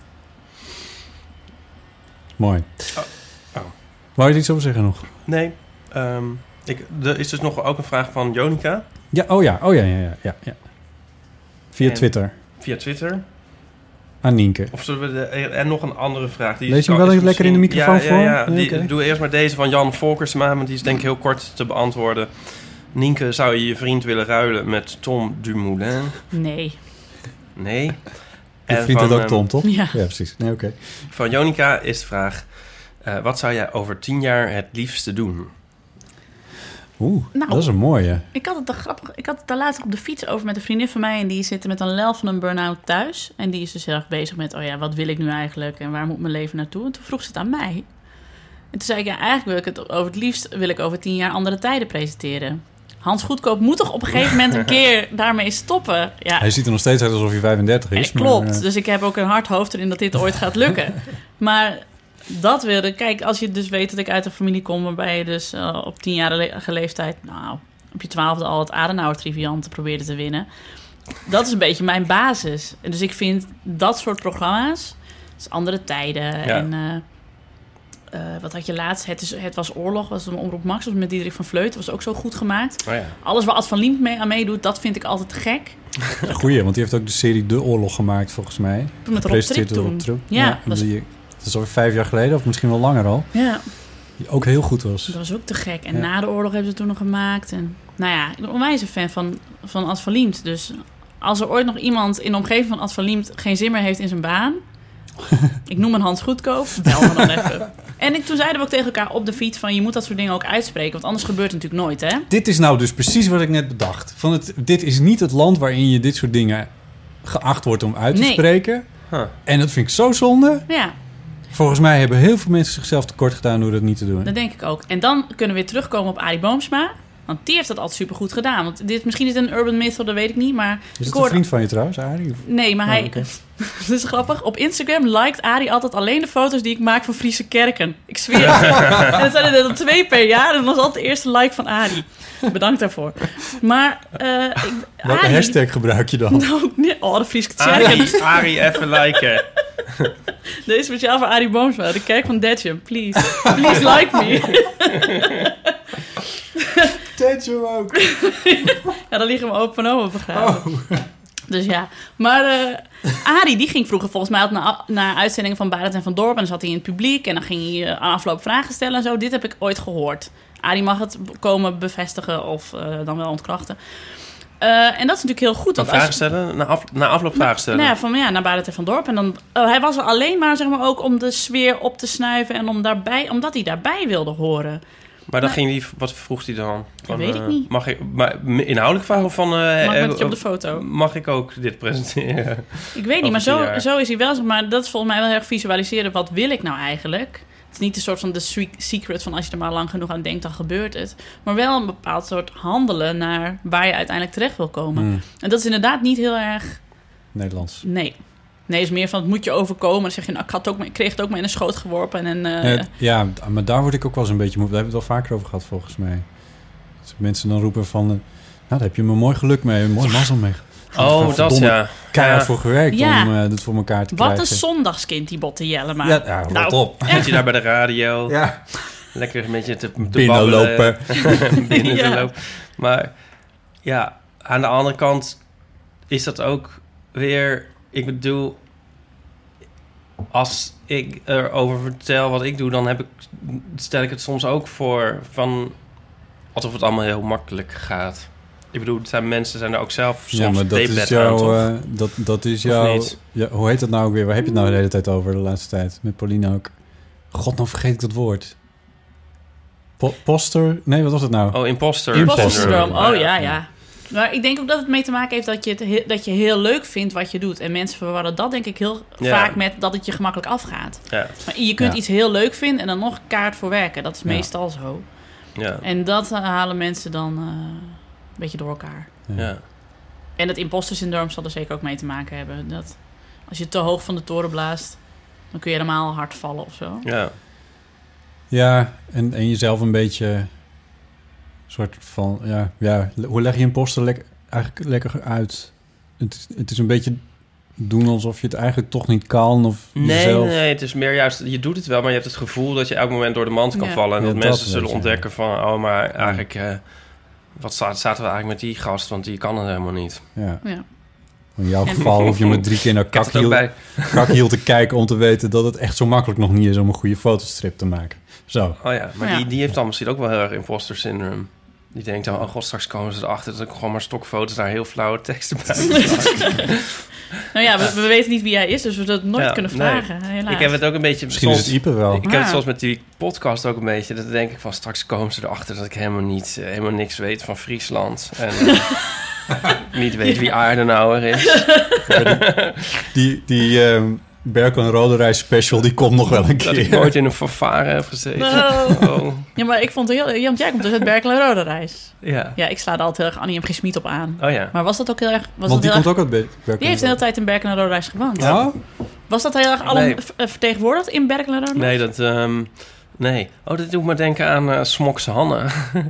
Mooi. Wou je er iets over zeggen nog? Nee. Er is dus nog ook een vraag van Jonica. Ja, ja. Via Twitter. Aan Nienke. Of zullen we en nog een andere vraag. Lees je hem wel even lekker in de microfoon voor? Ja. Doe eerst maar deze van Jan Volkersma, want die is denk ik heel kort te beantwoorden. Nienke, zou je vriend willen ruilen met Tom Dumoulin? Nee. Je vriend dat ook Tom, toch? Ja, precies. Nee, oké. Van Jonica is de vraag... wat zou jij over 10 jaar het liefste doen? Dat is een mooie. Ik had het daar laatst op de fiets over met een vriendin van mij... en die zit met een lel van een burn-out thuis. En die is dus heel erg bezig met... wat wil ik nu eigenlijk en waar moet mijn leven naartoe? En toen vroeg ze het aan mij. En toen zei ik, eigenlijk wil ik over 10 jaar Andere Tijden presenteren. Hans Goedkoop moet toch op een gegeven moment een keer daarmee stoppen? Ja. Hij ziet er nog steeds uit alsof hij 35 is. Klopt, dus ik heb ook een hard hoofd erin dat dit ooit gaat lukken. Maar... dat wilde... Kijk, als je dus weet dat ik uit een familie kom... waarbij je dus op 10-jarige leeftijd... nou, op je 12e al het Adenauer-triviant probeerde te winnen. Dat is een beetje mijn basis. En dus ik vind dat soort programma's... dus Andere Tijden en... wat had je laatst? Het was Oorlog, was een Omroep Max... was met Diederik van Vleuten, was ook zo goed gemaakt. Oh ja. Alles waar Ad van Liemt aan meedoet, dat vind ik altijd gek. Goeie, want die heeft ook de serie De Oorlog gemaakt, volgens mij. Met Rob Trip toen. Ja, dat is alweer 5 jaar geleden, of misschien wel langer al. Ja. Die ook heel goed was. Dat was ook te gek. En na de oorlog hebben ze toen nog gemaakt. En, nou ja, ik ben onwijs een fan van Ad van Liemt. Dus als er ooit nog iemand in de omgeving van Ad van Liemt... geen zin meer heeft in zijn baan... ik noem een Hans Goedkoop, bel me dan even. En toen zeiden we ook tegen elkaar op de fiets... van je moet dat soort dingen ook uitspreken... want anders gebeurt het natuurlijk nooit, hè? Dit is nou dus precies wat ik net bedacht. Dit is niet het land waarin je dit soort dingen... geacht wordt om uit te spreken. En dat vind ik zo zonde. Ja. Volgens mij hebben heel veel mensen zichzelf tekort gedaan door dat niet te doen. Dat denk ik ook. En dan kunnen we weer terugkomen op Arie Boomsma. Want die heeft dat altijd supergoed gedaan. Want misschien is het een urban myth, dat weet ik niet. Maar is het een vriend van je trouwens, Arie? Of? Nee, maar hij... Okay. Dat is grappig. Op Instagram liked Arie altijd alleen de foto's die ik maak van Friese kerken. Ik zweer het. En dat zijn er dan 2 per jaar. En dat was altijd de eerste like van Arie. Bedankt daarvoor. Maar... welke hashtag gebruik je dan? Nou, nee, de Friese kerken. Arie, even liken. Deze speciaal voor Arie Boomsma. De kerk van Detjem. Please like me. Detjem ook. Ja, dan liggen we open en begraven. Dus ja. Maar Arie, die ging vroeger volgens mij altijd naar uitzendingen van Barend en van Dorp. En dan zat hij in het publiek. En dan ging hij aan afloop vragen stellen en zo. Dit heb ik ooit gehoord. Arie mag het komen bevestigen of dan wel ontkrachten. En dat is natuurlijk heel goed. Vragen stellen? Na afloop vragen stellen? Naar Barend en van Dorp. En dan, hij was er alleen maar, zeg maar, ook om de sfeer op te snuiven. En omdat hij daarbij wilde horen. Maar dan ging hij... Wat vroeg hij dan? Dat weet ik niet. Mag ik... Maar inhoudelijk vragen van... mag ik met je op de foto? Mag ik ook dit presenteren? Ik weet niet, maar zo is hij wel. Maar dat is volgens mij wel heel erg visualiseren. Wat wil ik nou eigenlijk? Het is niet een soort van de secret van als je er maar lang genoeg aan denkt, dan gebeurt het. Maar wel een bepaald soort handelen naar waar je uiteindelijk terecht wil komen. En dat is inderdaad niet heel erg... Nederlands. Nee, is meer van het moet je overkomen. Dan zeg je, nou, ik kreeg het ook maar in een schoot geworpen. En ja, maar daar word ik ook wel eens een beetje moe. Daar hebben we het wel vaker over gehad, volgens mij. Als mensen dan roepen van... nou, daar heb je me mooi geluk mee, mooi mazzel mee. Oh, dat ja. Keihard voor gewerkt om dit voor elkaar te krijgen. Wat een zondagskind, die Botte Jellema. Ja, rot op. Zit je daar bij de radio. Ja. Lekker een beetje te binnenlopen. Binnen te lopen. Maar ja, aan de andere kant is dat ook weer... Ik bedoel, als ik erover vertel wat ik doe... dan stel ik het soms ook voor van... alsof het allemaal heel makkelijk gaat. Ik bedoel, mensen zijn er ook zelf soms maar dat is jouw... dat is jouw... Ja, hoe heet dat nou ook weer? Waar heb je het nou de hele tijd over de laatste tijd? Met Pauline ook. God, nou vergeet ik dat woord. Poster? Nee, wat was het nou? Oh, imposter syndroom. Oh, ja. Maar ik denk ook dat het mee te maken heeft dat je heel leuk vindt wat je doet. En mensen verwarren dat denk ik heel vaak met dat het je gemakkelijk afgaat. Ja. Maar je kunt iets heel leuk vinden en dan nog kaart voor werken. Dat is meestal zo. Ja. En dat halen mensen dan een beetje door elkaar. Ja. En het imposter syndroom zal er zeker ook mee te maken hebben. Dat als je te hoog van de toren blaast, dan kun je helemaal hard vallen of zo. Ja. Ja, en jezelf een beetje... soort van... Ja, hoe leg je imposter eigenlijk lekker uit? Het is een beetje doen alsof je het eigenlijk toch niet kan. Of nee, het is meer juist... Je doet het wel, maar je hebt het gevoel dat je elk moment door de mand kan vallen. En dat mensen zullen ontdekken van... Oh, maar eigenlijk... wat zaten we eigenlijk met die gast? Want die kan het helemaal niet. Ja. In jouw geval hoef je maar 3 keer naar Kakhiel te kijken... om te weten dat het echt zo makkelijk nog niet is... om een goede fotostrip te maken. Zo. Oh ja, maar die heeft dan misschien ook wel heel erg imposter syndroom. Die denkt dan, oh god, straks komen ze erachter... dat ik gewoon maar stokfoto's daar heel flauwe teksten bij Nou ja, we weten niet wie hij is, dus we dat nooit kunnen vragen. Nee. Ik heb het ook een beetje... Misschien is het Ipe wel. Ik heb het zoals met die podcast ook een beetje... dat denk ik van, straks komen ze erachter... dat ik helemaal niks weet van Friesland. En niet weet wie Aardenauer is. Die Berkel en Roderijs special, die komt nog wel een keer. Dat ik nooit in een fanfare heb gezeten. Oh. Ja, maar ik vond het heel... Want jij komt dus uit Berkel en Roderijs. Ja. Ja, ik sla er altijd heel erg Annie M. G. Schmid op aan. Oh ja. Maar was dat ook heel erg... Want die komt ook uit Berkel. Die heeft de hele tijd in Berkel en Roderijs gewoond. Ja? Was dat heel erg allen vertegenwoordigd in Berkel en Roderijs? Nee, nee. Oh, dat doet me denken aan Smoks Hanne.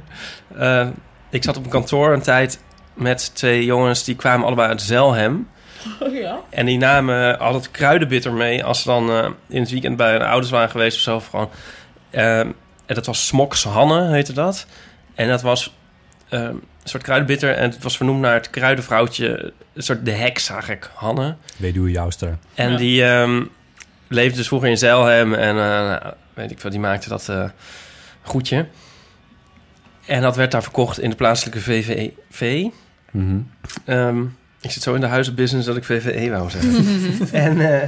Ik zat op een kantoor een tijd met 2 jongens... die kwamen allebei uit Zelhem. Oh ja. En die namen altijd kruidenbitter mee... als ze dan in het weekend bij hun ouders waren geweest of zo. Of gewoon. En dat was Smoks Hanne, heette dat. En dat was een soort kruidenbitter... en het was vernoemd naar het kruidenvrouwtje... een soort de heks, eigenlijk, Hanne. Weduwe Jouster. En die leefde dus vroeger in Zelhem... en weet ik veel, die maakte dat goedje. En dat werd daar verkocht in de plaatselijke VVV. Mm-hmm. Ik zit zo in de huizenbusiness dat ik VVE wou zeggen. En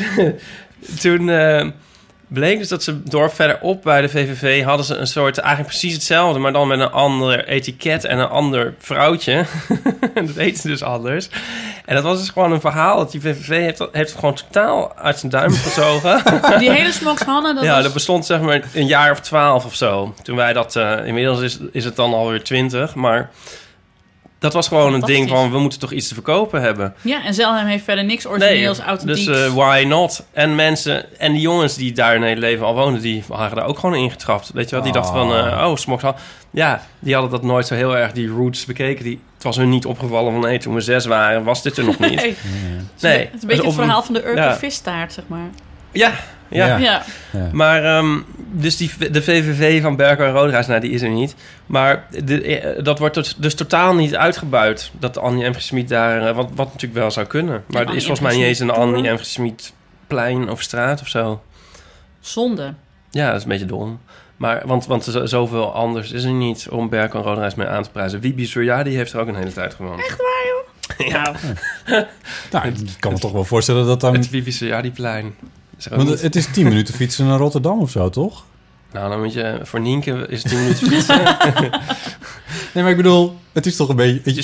toen bleek dus dat ze door verderop bij de VVV... hadden ze een soort, eigenlijk precies hetzelfde... maar dan met een ander etiket en een ander vrouwtje. Dat heette ze dus anders. En dat was dus gewoon een verhaal... dat die VVV heeft het gewoon totaal uit zijn duim gezogen. Die hele Smoks Hanne... dat bestond zeg maar een jaar of 12 of zo. Toen wij dat... inmiddels is het dan alweer 20, maar... Dat was gewoon een ding van, we moeten toch iets te verkopen hebben. Ja, en Zelhem heeft verder niks origineels, authentieks. Dus why not? En mensen, en die jongens die daar in het leven al woonden... die waren daar ook gewoon ingetrapt. Weet je wel, die dachten van, Smoks Hanne. Ja, die hadden dat nooit zo heel erg, die roots bekeken. Het was hun niet opgevallen van, toen we 6 waren, was dit er nog niet. Nee. Het is een beetje het verhaal van de Urker vistaart, zeg maar. Ja. Maar dus de VVV van Berkel en Roderijs, die is er niet. Maar dat wordt dus totaal niet uitgebuit. Dat Annie M. G. Schmid daar... Wat natuurlijk wel zou kunnen. Maar er is volgens mij niet eens een Annie M. G. Schmid plein of straat of zo. Zonde. Ja, dat is een beetje dom. Maar, want zoveel anders is er niet om Berkel en Roderijs mee aan te prijzen. Wiebe Surya, die heeft er ook een hele tijd gewoond. Echt waar, joh? Ja. Nou, ik kan me toch wel voorstellen dat dan... Het Wiebe Surya, die plein... Want het is 10 minuten fietsen naar Rotterdam of zo, toch? Nou, dan moet je... Voor Nienke is het 10 minuten fietsen. Nee, maar ik bedoel... Het is toch een beetje...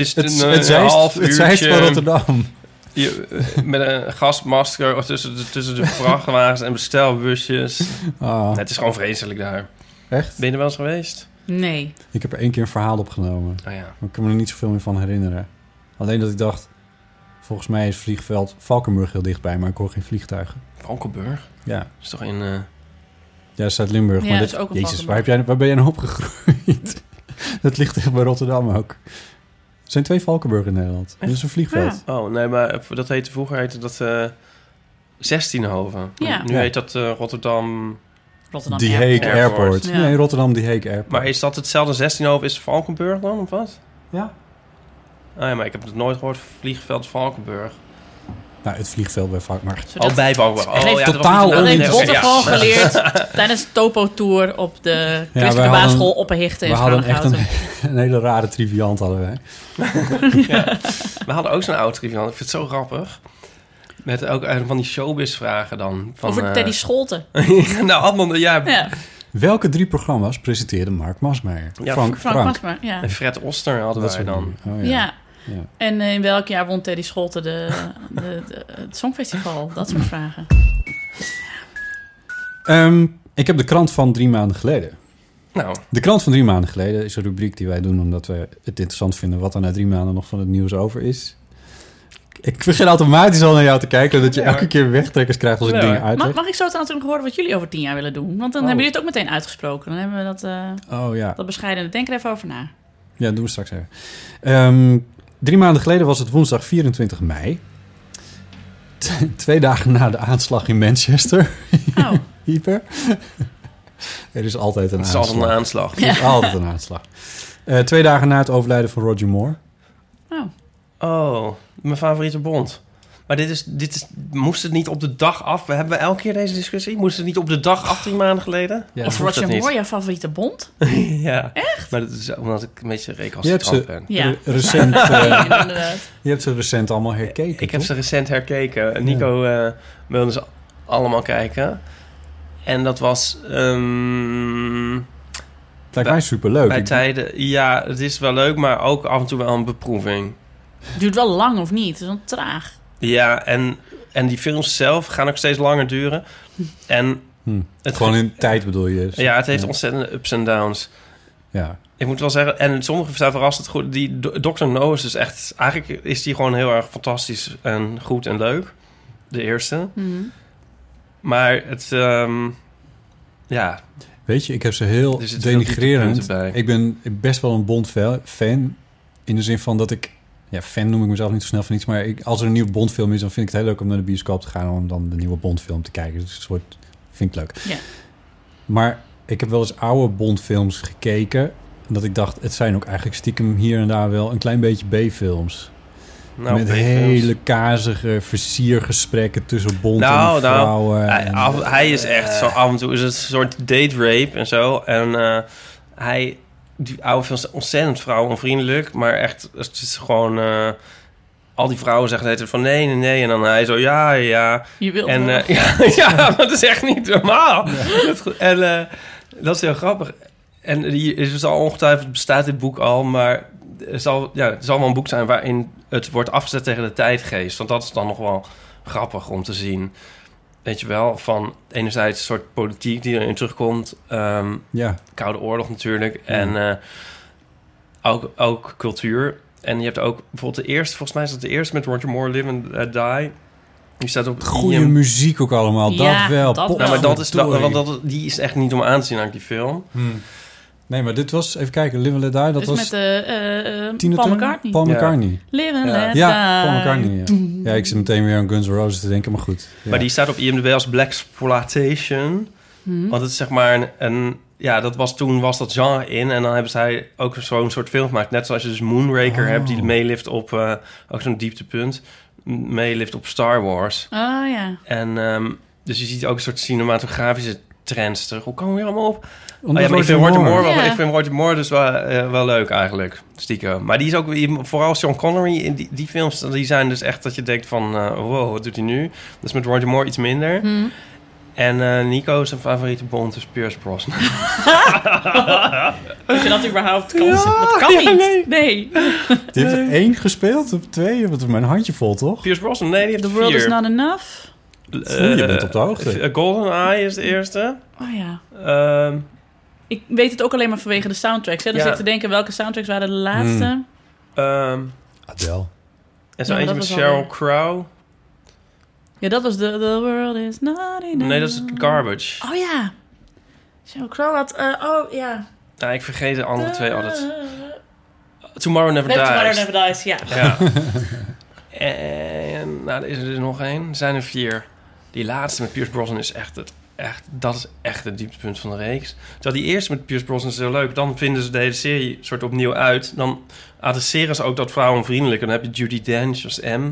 Het Zeist van Rotterdam. Met een gasmasker tussen de vrachtwagens en bestelbusjes. Het is gewoon vreselijk daar. Echt? Ben je er wel eens geweest? Nee. Ik heb er 1 keer een verhaal opgenomen. Oh ja. Maar ik kan me er niet zoveel meer van herinneren. Alleen dat ik dacht... Volgens mij is vliegveld Valkenburg heel dichtbij, maar ik hoor geen vliegtuigen. Valkenburg? Ja. Dat is toch in... Ja, Zuid-Limburg. Ja, maar dat is ook een Jezus, waar ben jij nou opgegroeid? Het ligt echt bij Rotterdam ook. Er zijn 2 Valkenburg in Nederland. Dat is een vliegveld. Ja. Oh, nee, maar vroeger heette dat 16hoven. Ja. Nu heet dat Rotterdam Die Hague Airport. Ja. Nee, Rotterdam Die Hague Airport. Maar is dat hetzelfde 16hoven? Is Valkenburg dan, of wat? Ja. Ah, ja, maar ik heb het nooit gehoord. Vliegveld Valkenburg. Nou, het vliegveld bij Valkenburg. Bij Valkenburg. Oh, ja, totaal dat heeft Botte gewoon ja. geleerd tijdens de Topo-tour op de christelijke basisschool Opperhichten. We hadden echt een hele rare triviant hadden wij. Ja. We hadden ook zo'n oud triviant. Ik vind het zo grappig. Met ook van die showbiz-vragen dan. Van, over Teddy Scholten. Nou, allemaal, ja. Welke 3 programma's presenteerde Mark Masmeijer? Ja, Frank Masmeijer, ja. En Fred Oster hadden wij dan. Oh, ja. En in welk jaar won Teddy Scholten het Songfestival? Dat soort vragen. Ik heb de krant van 3 maanden geleden. Nou. De krant van 3 maanden geleden is een rubriek die wij doen omdat we het interessant vinden wat er na 3 maanden nog van het nieuws over is. Ik begin automatisch al naar jou te kijken, dat je elke keer wegtrekkers krijgt als ik dingen uitleg. Mag ik zo natuurlijk horen wat jullie over 10 jaar willen doen? Want dan hebben jullie het ook meteen uitgesproken. Dan hebben we dat bescheidene. Denk er even over na. Ja, doen we straks even. 3 maanden geleden was het woensdag 24 mei. 2 dagen na de aanslag in Manchester. Oh. Hyper. Er is altijd een aanslag. Het is altijd een aanslag. Er is altijd een aanslag. 2 dagen na het overlijden van Roger Moore. Oh, mijn favoriete Bond. Maar dit is, moest het niet op de dag af? Hebben we elke keer deze discussie? Moest het niet op de dag af 3 maanden geleden? Ja. Of Roger Moore jouw favoriete Bond? Ja. Echt? Maar dat is omdat ik een beetje recalcitrant ben. Ja. Recent, je hebt ze recent allemaal herkeken. Ik heb ze recent herkeken. Nico wilde ze allemaal kijken. En dat was... het lijkt mij superleuk. Bij tijden... Ja, het is wel leuk, maar ook af en toe wel een beproeving. Het duurt wel lang, of niet? Het is wel traag. Ja, en die films zelf gaan ook steeds langer duren. En gewoon in tijd bedoel je? Ja, het heeft ontzettende ups en downs. Ja. Ik moet wel zeggen, en sommige zijn verrassend goed. Die Dr. No is dus echt... Eigenlijk is die gewoon heel erg fantastisch en goed en leuk. De eerste. Mm-hmm. Maar het... ja... Weet je, ik heb ze heel denigrerend. Ik ben best wel een Bond-fan. In de zin van dat ik... Ja, fan noem ik mezelf niet zo snel van iets. Maar als er een nieuwe Bond-film is, dan vind ik het heel leuk om naar de bioscoop te gaan. Om dan de nieuwe Bond-film te kijken. Dus vind ik leuk. Ja. Maar ik heb wel eens oude Bond-films gekeken. Dat ik dacht, het zijn ook eigenlijk stiekem hier en daar wel een klein beetje B-films. Nou, met B-films. hele kazige versiergesprekken tussen Bond en vrouwen. Hij is echt zo af en toe is het een soort date rape en zo. En die oude films zijn ontzettend vrouwenonvriendelijk. Maar echt, het is gewoon... al die vrouwen zeggen het van nee. En dan hij zo, ja. Je wilt en wel. ja, dat is echt niet normaal. En dat is heel grappig. En die is dus al ongetwijfeld, bestaat dit boek al, maar het zal wel een boek zijn waarin het wordt afgezet tegen de tijdgeest. Want dat is dan nog wel grappig om te zien. Weet je wel, van enerzijds een soort politiek die erin terugkomt. Koude Oorlog natuurlijk. En ook cultuur. En je hebt ook bijvoorbeeld de eerste, volgens mij is dat de eerste met Roger Moore, Live and Die. Die staat op goede muziek ook allemaal, ja, dat wel. Dat maar dat is wel, want die is echt niet om aan te zien aan die film. Nee, maar dit was, even kijken, Live and Let Die, dat was... met Paul McCartney. Paul McCartney. Live and Let Die. Ja, Paul McCartney, ja. Ja, ik zit meteen weer aan Guns N' Roses te denken, maar goed. Ja. Maar die staat op IMDb als Blaxploitation. Want het is zeg maar toen was dat genre in. En dan hebben zij ook zo'n soort film gemaakt. Net zoals je dus Moonraker hebt, die meelift op ook zo'n dieptepunt. Meelift op Star Wars. Oh ja. En dus je ziet ook een soort cinematografische trends terug. Hoe komen we hier allemaal op? Maar ik vind Roger Moore dus wel leuk eigenlijk. Stiekem. Maar die is ook, vooral Sean Connery, in die films, die zijn dus echt dat je denkt van, wow, wat doet hij nu? Dus met Roger Moore iets minder. En Nico zijn favoriete Bond is Pierce Brosnan. Weet je dat überhaupt kan? Dat kan niet. Nee. Die heeft er 1 gespeeld of 2? Wat is mijn handje vol, toch? Pierce Brosnan, nee, die heeft The 4. World is Not Enough. Je bent op de hoogte. GoldenEye is de eerste. Oh ja. Ik weet het ook alleen maar vanwege de soundtracks. Hè? Dus ik te denken, welke soundtracks waren de laatste? Adele. En zo eentje met Sheryl Crow. Ja, dat was The World is Not Enough. Nee, dat is Garbage. Oh ja. Sheryl Crow had... oh ja. Nou, ik vergeet de andere twee altijd. Tomorrow Never Dies. Tomorrow Never Dies, ja. En nou, er is er dus nog één. Er zijn er 4. Die laatste met Pierce Brosnan is dat is echt het dieptepunt van de reeks. Terwijl die eerste met Pierce Brosnan is heel leuk. Dan vinden ze de hele serie soort opnieuw uit. Dan adresseren ze ook dat vrouwenvriendelijk. En dan heb je Judi Dench als M.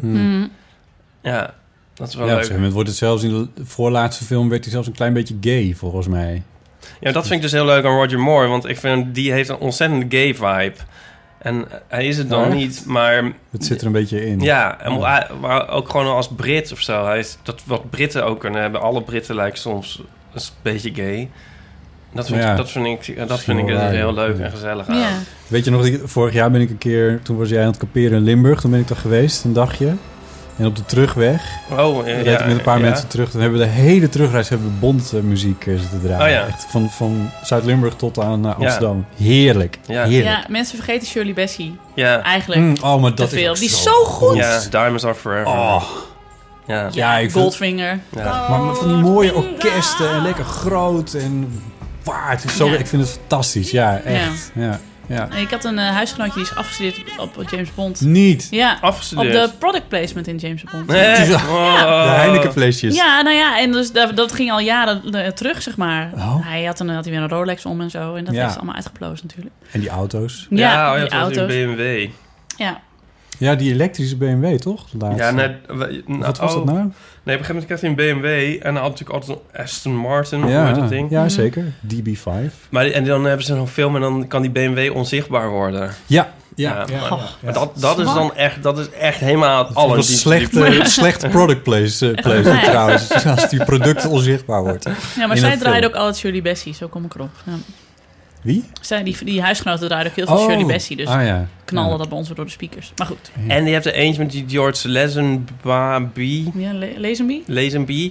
Ja, dat is wel leuk. Op een gegeven moment wordt het zelfs in de voorlaatste film... werd hij zelfs een klein beetje gay, volgens mij. Ja, dat vind ik dus heel leuk aan Roger Moore. Want ik vind, die heeft een ontzettende gay vibe. En hij is het dan niet, maar... Het zit er een beetje in. Ja, maar ook gewoon als Brit of zo. Hij is dat wat Britten ook kunnen hebben. Alle Britten lijken soms een beetje gay. Dat vind ik heel leuk en gezellig aan. Ja. Weet je nog, vorig jaar ben ik een keer... Toen was jij aan het kamperen in Limburg. Toen ben ik daar geweest, een dagje. En op de terugweg... met een paar mensen terug. Dan hebben we de hele terugreis Bond-muziek zitten draaien. Echt van Zuid-Limburg tot aan Amsterdam. Heerlijk. Ja. Heerlijk. Ja, mensen vergeten Shirley Bassey. Ja. Eigenlijk. Maar dat veel. Is die is zo goed. Ja, Diamonds Are Forever. Oh. Ja, Goldfinger. Ja. Maar van die mooie orkesten en lekker groot en waard. Het is zo, ik vind het fantastisch. Ja, echt. Ja. Ik had een huisgenootje die is afgestudeerd op James Bond. Niet? Ja, afgestudeerd. op de product placement in James Bond. De Heineken-flesjes. Ja, nou ja, en dus dat ging al jaren terug, zeg maar. Hij had weer een Rolex om en zo. En dat is allemaal uitgeploosd natuurlijk. En die auto's? Ja, die auto's. Een BMW. Ja. Ja, die elektrische BMW, toch? Wat was dat nou? Nee, op een gegeven moment kreeg hij een BMW en dan had natuurlijk altijd een Aston Martin of hoe heet dat ding. Ja, zeker. DB5. Maar en dan hebben ze nog film en dan kan die BMW onzichtbaar worden. Ja. Maar dat is dan echt, dat is echt helemaal het aller. Slecht product placement trouwens, als die product onzichtbaar wordt. Ja, maar zij draaide ook altijd Shirley Bassey, zo kom ik erop. Ja. Wie? Die huisgenoten draaiden ook heel veel Shirley Bassey, dus knalde dat bij ons door de speakers. Maar goed. En je hebt er eentje met die George Lazenby. Ja, Lazenby.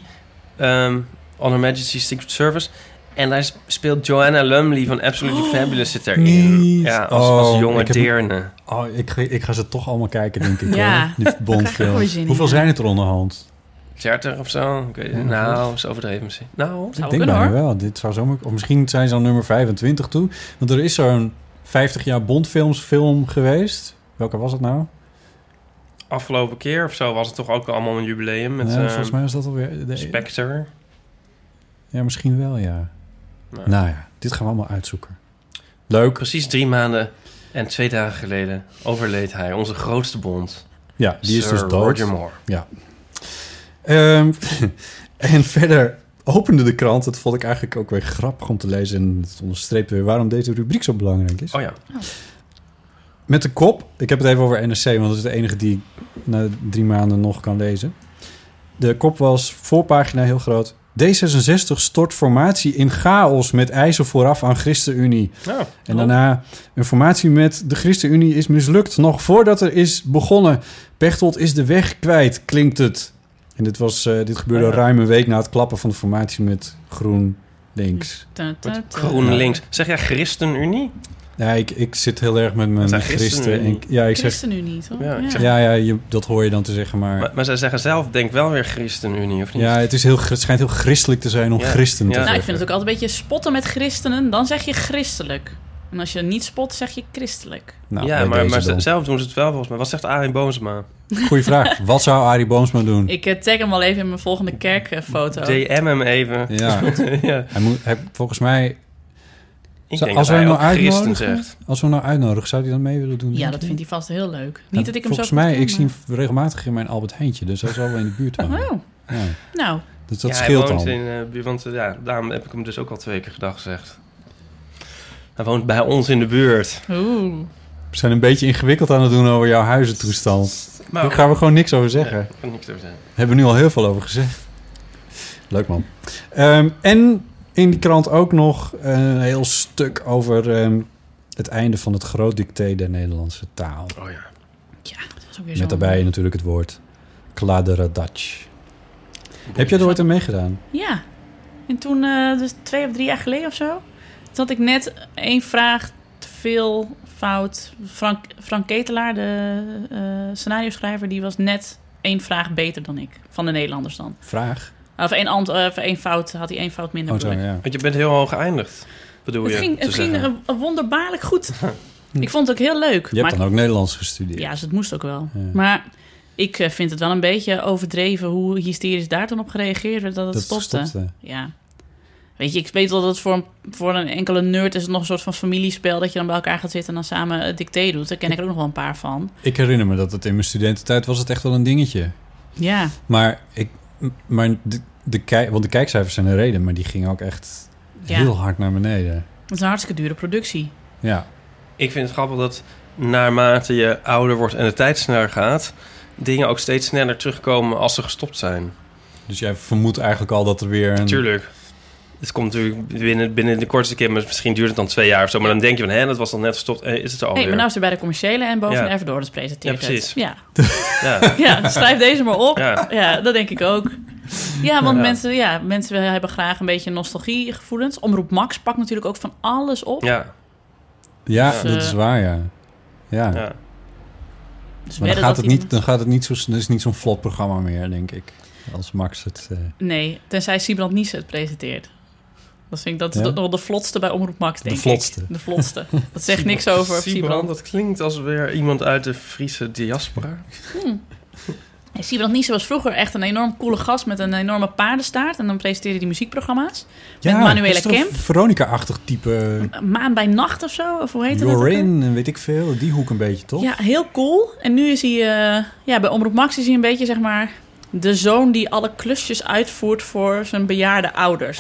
On Her Majesty's Secret Service. En daar speelt Joanna Lumley van Absolutely Fabulous zit erin. Ja, als jonge deerne. Ik ga ze toch allemaal kijken, denk ik. Ja, die Bondfilms. Hoeveel zijn het er onderhand? 30 of zo? Nou, is overdreven misschien. Nou, ik denk bijna wel. Dit zou zo of misschien zijn ze al nummer 25 toe. Want er is zo'n 50 jaar Bondfilm geweest. Welke was het nou? Afgelopen keer of zo was het toch ook allemaal een jubileum. Met, volgens mij was dat alweer... Spectre. Ja, misschien wel, ja. Nou ja, dit gaan we allemaal uitzoeken. Leuk. Precies 3 maanden en 2 dagen geleden overleed hij. Onze grootste Bond. Ja, die is dus dood. Roger Moore. Ja. En verder opende de krant. Dat vond ik eigenlijk ook weer grappig om te lezen. En het onderstreept weer waarom deze rubriek zo belangrijk is. Oh ja. Met de kop. Ik heb het even over NRC, want dat is de enige die ik na 3 maanden nog kan lezen. De kop was voorpagina heel groot. D66 stort formatie in chaos met eisen vooraf aan ChristenUnie. En daarna een formatie met de ChristenUnie is mislukt. Nog voordat er is begonnen. Pechtold is de weg kwijt, klinkt het. En dit gebeurde ruim een week na het klappen van de formatie met GroenLinks. GroenLinks. Zeg jij ChristenUnie? Ja, ik zit heel erg met mijn christen. ChristenUnie, toch? Dat hoor je dan te zeggen, maar... Maar zij zeggen zelf, denk wel weer ChristenUnie, of niet? Ja, het schijnt heel christelijk te zijn om christen te zeggen. Ik vind het ook altijd een beetje spotten met christenen. Dan zeg je christelijk. En als je niet spot, zeg je christelijk. Nou, maar zelf doen ze het wel volgens mij. Wat zegt Arie Boomsma? Goeie vraag. Wat zou Arie Boomsma doen? Ik tag hem wel even in mijn volgende kerkfoto. DM hem even. Ja. Hij volgens mij... Als we hem nou uitnodigen, zou hij dan mee willen doen? Ja, dat vindt hij vast heel leuk. Niet dat ik hem volgens mij, ik zie hem regelmatig in mijn Albert Heintje, dus hij zal wel in de buurt wonen. Ja. Nou. Dus dat scheelt al. Want daarom heb ik hem dus ook al 2 keer gedag gezegd. Hij woont bij ons in de buurt. Oeh. We zijn een beetje ingewikkeld aan het doen over jouw huizentoestand. Daar gaan we gewoon niks over zeggen. Ja, ik kan niks over zeggen. Daar hebben we nu al heel veel over gezegd. Leuk man. En in die krant ook nog een heel stuk over het einde van het groot dicté der Nederlandse taal. Oh ja. Ja, dat is ook weer met daarbij natuurlijk het woord kladderadatsch. Heb jij er ooit aan meegedaan? Ja. En toen, dus 2 of 3 jaar geleden of zo, toen had ik net 1 vraag te veel fout. Frank Ketelaar, de scenario-schrijver, die was net 1 vraag beter dan ik. Van de Nederlanders dan. Vraag? Of 1 fout, had hij 1 fout minder. Ja. Want je bent heel hoog geëindigd. bedoel je? Het ging wonderbaarlijk goed. Ik vond het ook heel leuk. Je hebt dan ook Nederlands gestudeerd. Ja, dus het moest ook wel. Ja. Maar ik vind het wel een beetje overdreven hoe hysterisch daar toen op gereageerd werd dat het stopte. Ja. Weet je, ik weet wel dat het voor een enkele nerd is het nog een soort van familiespel dat je dan bij elkaar gaat zitten en dan samen het dicté doet. Daar ken ik er ook nog wel een paar van. Ik herinner me dat het in mijn studententijd was het echt wel een dingetje. Ja. Maar want de kijkcijfers zijn een reden, maar die gingen ook echt heel hard naar beneden. Het is een hartstikke dure productie. Ja. Ik vind het grappig dat naarmate je ouder wordt en de tijd sneller gaat, dingen ook steeds sneller terugkomen als ze gestopt zijn. Dus jij vermoedt eigenlijk al dat er weer Tuurlijk. Het komt natuurlijk binnen de kortste keer, maar misschien duurt het dan 2 jaar of zo. Maar dan denk je van, dat was dan net gestopt en is het alweer. Maar nou is er bij de commerciële en boven de Everdoors presenteert. Ja, precies. Ja, schrijf deze maar op. Ja, dat denk ik ook. Ja, want mensen hebben graag een beetje nostalgiegevoelens. Omroep Max pakt natuurlijk ook van alles op. Ja, dus, dat is waar, ja. Dus maar dan gaat het niet zo... Het is niet zo'n vlot programma meer, denk ik. Als Max het... Nee, tenzij Siebrand Niesen het presenteert. Dat vind ik nog de vlotste bij Omroep Max, denk ik. De vlotste. Dat zegt niks over Siebrand. Dat klinkt als weer iemand uit de Friese diaspora. Siebrand Niesen was vroeger echt een enorm coole gast met een enorme paardenstaart. En dan presenteerde hij muziekprogramma's. Met Manuela Kemp. Veronica-achtig type. Maan bij nacht of zo? Of hoe heet dat? Jorin en weet ik veel. Die hoek een beetje, toch? Ja, heel cool. En nu is hij... bij Omroep Max is hij een beetje, zeg maar... de zoon die alle klusjes uitvoert voor zijn bejaarde ouders.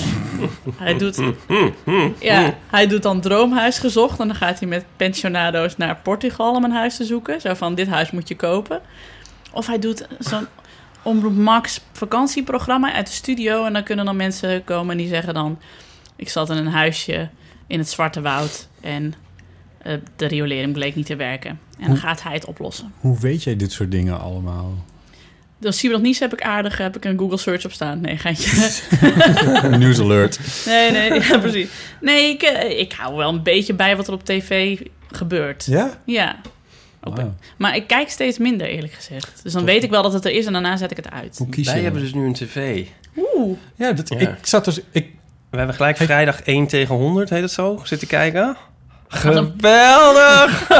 Hij doet dan Droomhuis gezocht. En dan gaat hij met pensionado's naar Portugal om een huis te zoeken. Zo van, dit huis moet je kopen. Of hij doet zo'n Omroep Max vakantieprogramma uit de studio. En dan kunnen dan mensen komen en die zeggen dan... ik zat in een huisje in het Zwarte Woud. En de riolering bleek niet te werken. En dan gaat hij het oplossen. Hoe weet jij dit soort dingen allemaal? Dus Siebrand Niesen heb ik een Google search op staan. Nee, geintje. News alert. Nee, ja, precies. Nee, ik hou wel een beetje bij wat er op tv gebeurt. Ja? Ja. Wow. Maar ik kijk steeds minder, eerlijk gezegd. Dus dan weet ik wel dat het er is en daarna zet ik het uit. Hoe kies je? Wij hebben dus nu een tv. Oeh. Ja, ik zat dus... We hebben gelijk vrijdag 1 tegen 100, heet het zo, zitten kijken. Geweldig!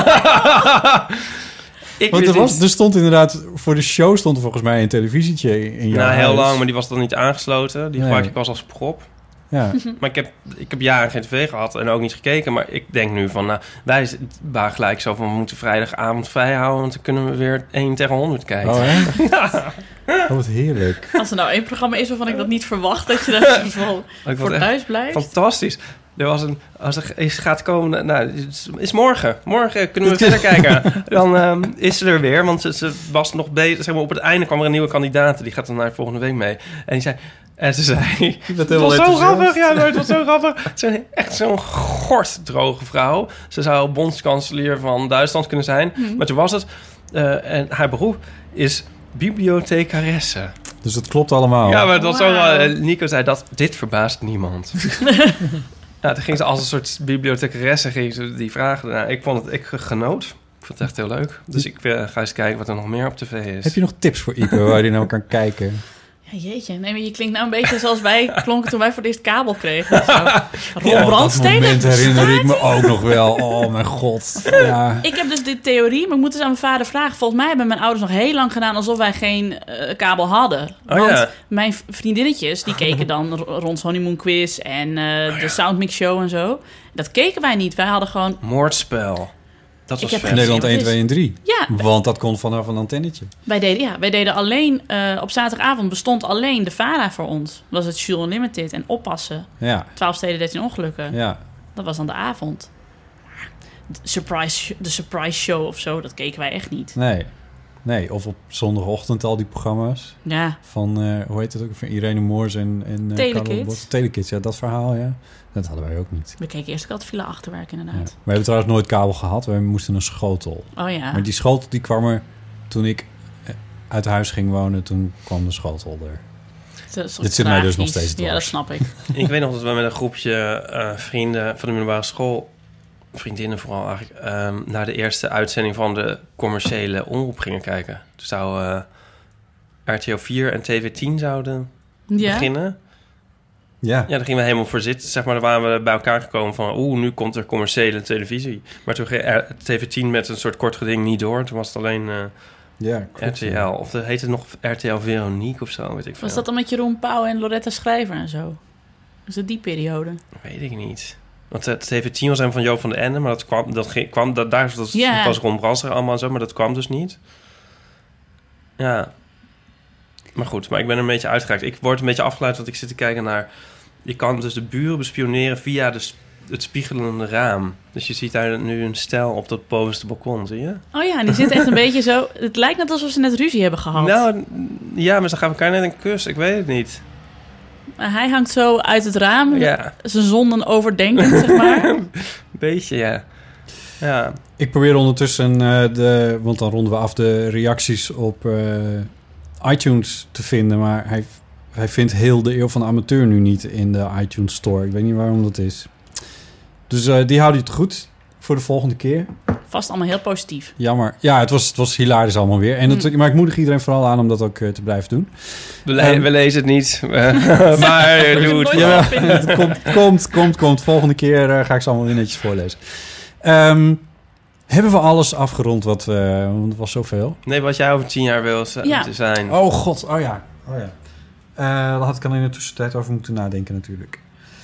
Want er stond inderdaad... Voor de show stond er volgens mij een televisietje in jouw huis. Heel lang, maar die was dan niet aangesloten. Die gebruik ik als prop. Ja. Maar ik heb jaren geen tv gehad en ook niet gekeken. Maar ik denk nu van... wij waren gelijk zo van... we moeten vrijdagavond vrij houden... want dan kunnen we weer 1 tegen 100 kijken. Oh, hè? Ja. Wat heerlijk. Als er nou één programma is waarvan ik dat niet verwacht... dat je daar voor thuis blijft. Fantastisch. Als er gaat komen... is morgen. Morgen kunnen we verder kijken. Dan is ze er weer. Want ze was nog bezig... Zeg maar, op het einde kwam er een nieuwe kandidaat. Die gaat dan naar volgende week mee. En ze zei... Het was zo grappig. Ja, het was zo grappig. Ze is echt zo'n gorddroge vrouw. Ze zou bondskanselier van Duitsland kunnen zijn. Maar toen was het... en haar beroep is bibliothecaresse. Dus dat klopt allemaal. Ja, maar het was zo... Nico zei dat... Dit verbaast niemand. Toen ging ze als een soort bibliothecaresse die vragen. Ik genoot. Ik vond het echt heel leuk. Dus ik ga eens kijken wat er nog meer op tv is. Heb je nog tips voor Ipe waar je nou kan kijken? Ja, jeetje. Nee, maar je klinkt nou een beetje zoals wij klonken toen wij voor het eerst kabel kregen. Ron Brandstede. Dat moment herinner ik me ook nog wel. Oh mijn god. Ja. Ik heb dus dit theorie, maar ik moet dus aan mijn vader vragen. Volgens mij hebben mijn ouders nog heel lang gedaan alsof wij geen kabel hadden. Want mijn vriendinnetjes, die keken dan Ron's Honeymoon Quiz en de Soundmix Show en zo. Dat keken wij niet. Wij hadden gewoon... Moordspel. Dat was vet. Nederland 1, 2 en 3. Ja. Want dat kon vanaf een antennetje. Wij deden alleen... op zaterdagavond bestond alleen de VARA voor ons. Was het Jules Unlimited en Oppassen. Ja. 12 steden, 13 ongelukken. Ja. Dat was dan de avond. De surprise show of zo, dat keken wij echt niet. Nee, of op zondagochtend al die programma's. Ja. Van, hoe heet het ook? Van Irene Moors en Telekids. Telekids, ja, dat verhaal, ja. Dat hadden wij ook niet. We keken eerst ook altijd Villa Achterwerk, inderdaad. Ja. We hebben trouwens nooit kabel gehad. We moesten een schotel. Oh ja. Maar die schotel die kwam er toen ik uit huis ging wonen. Toen kwam de schotel er. Dit zit mij dus nog steeds dwars. Ja, dat snap ik. Ik weet nog dat we met een groepje vrienden van de middelbare school... vriendinnen vooral eigenlijk... naar de eerste uitzending van de commerciële omroep gingen kijken. Toen zou RTL 4 en TV10 zouden beginnen. Ja, daar gingen we helemaal voor zitten. Zeg maar, dan waren we bij elkaar gekomen van... nu komt er commerciële televisie. Maar toen ging TV10 met een soort kort geding niet door. Toen was het alleen RTL. Of heette het nog RTL Veronique of zo, weet ik veel. Was dat dan met Jeroen Pauw en Loretta Schrijver en zo? Was het die periode? Weet ik niet. Want TV10 was helemaal van Joop van den Ende... maar dat was Ron Brasser allemaal en zo... maar dat kwam dus niet. Ja... Maar goed, ik ben er een beetje uitgeraakt. Ik word een beetje afgeleid, want ik zit te kijken naar... Je kan dus de buren bespioneren via het spiegelende raam. Dus je ziet daar nu een stel op dat bovenste balkon, zie je? Oh ja, die zit echt een beetje zo... Het lijkt net alsof ze net ruzie hebben gehad. Nou, ja, maar ze gaan elkaar net een kus. Ik weet het niet. Hij hangt zo uit het raam. Ja. Zijn zonden overdenkend, zeg maar. Beetje, ja. Ik probeer ondertussen want dan ronden we af de reacties op... iTunes te vinden, maar hij vindt heel de Eeuw van de Amateur nu niet in de iTunes Store. Ik weet niet waarom dat is. Dus die houdt het goed voor de volgende keer. Vast allemaal heel positief. Jammer. Ja, het was hilarisch allemaal weer. En maar ik moedig iedereen vooral aan om dat ook te blijven doen. We lezen het niet. Maar doe het. Komt. Volgende keer ga ik ze allemaal weer netjes voorlezen. Hebben we alles afgerond want het was zoveel? Nee, wat jij over 10 jaar wil zijn. Oh god, oh ja. Daar had ik al in de tussentijd over moeten nadenken natuurlijk.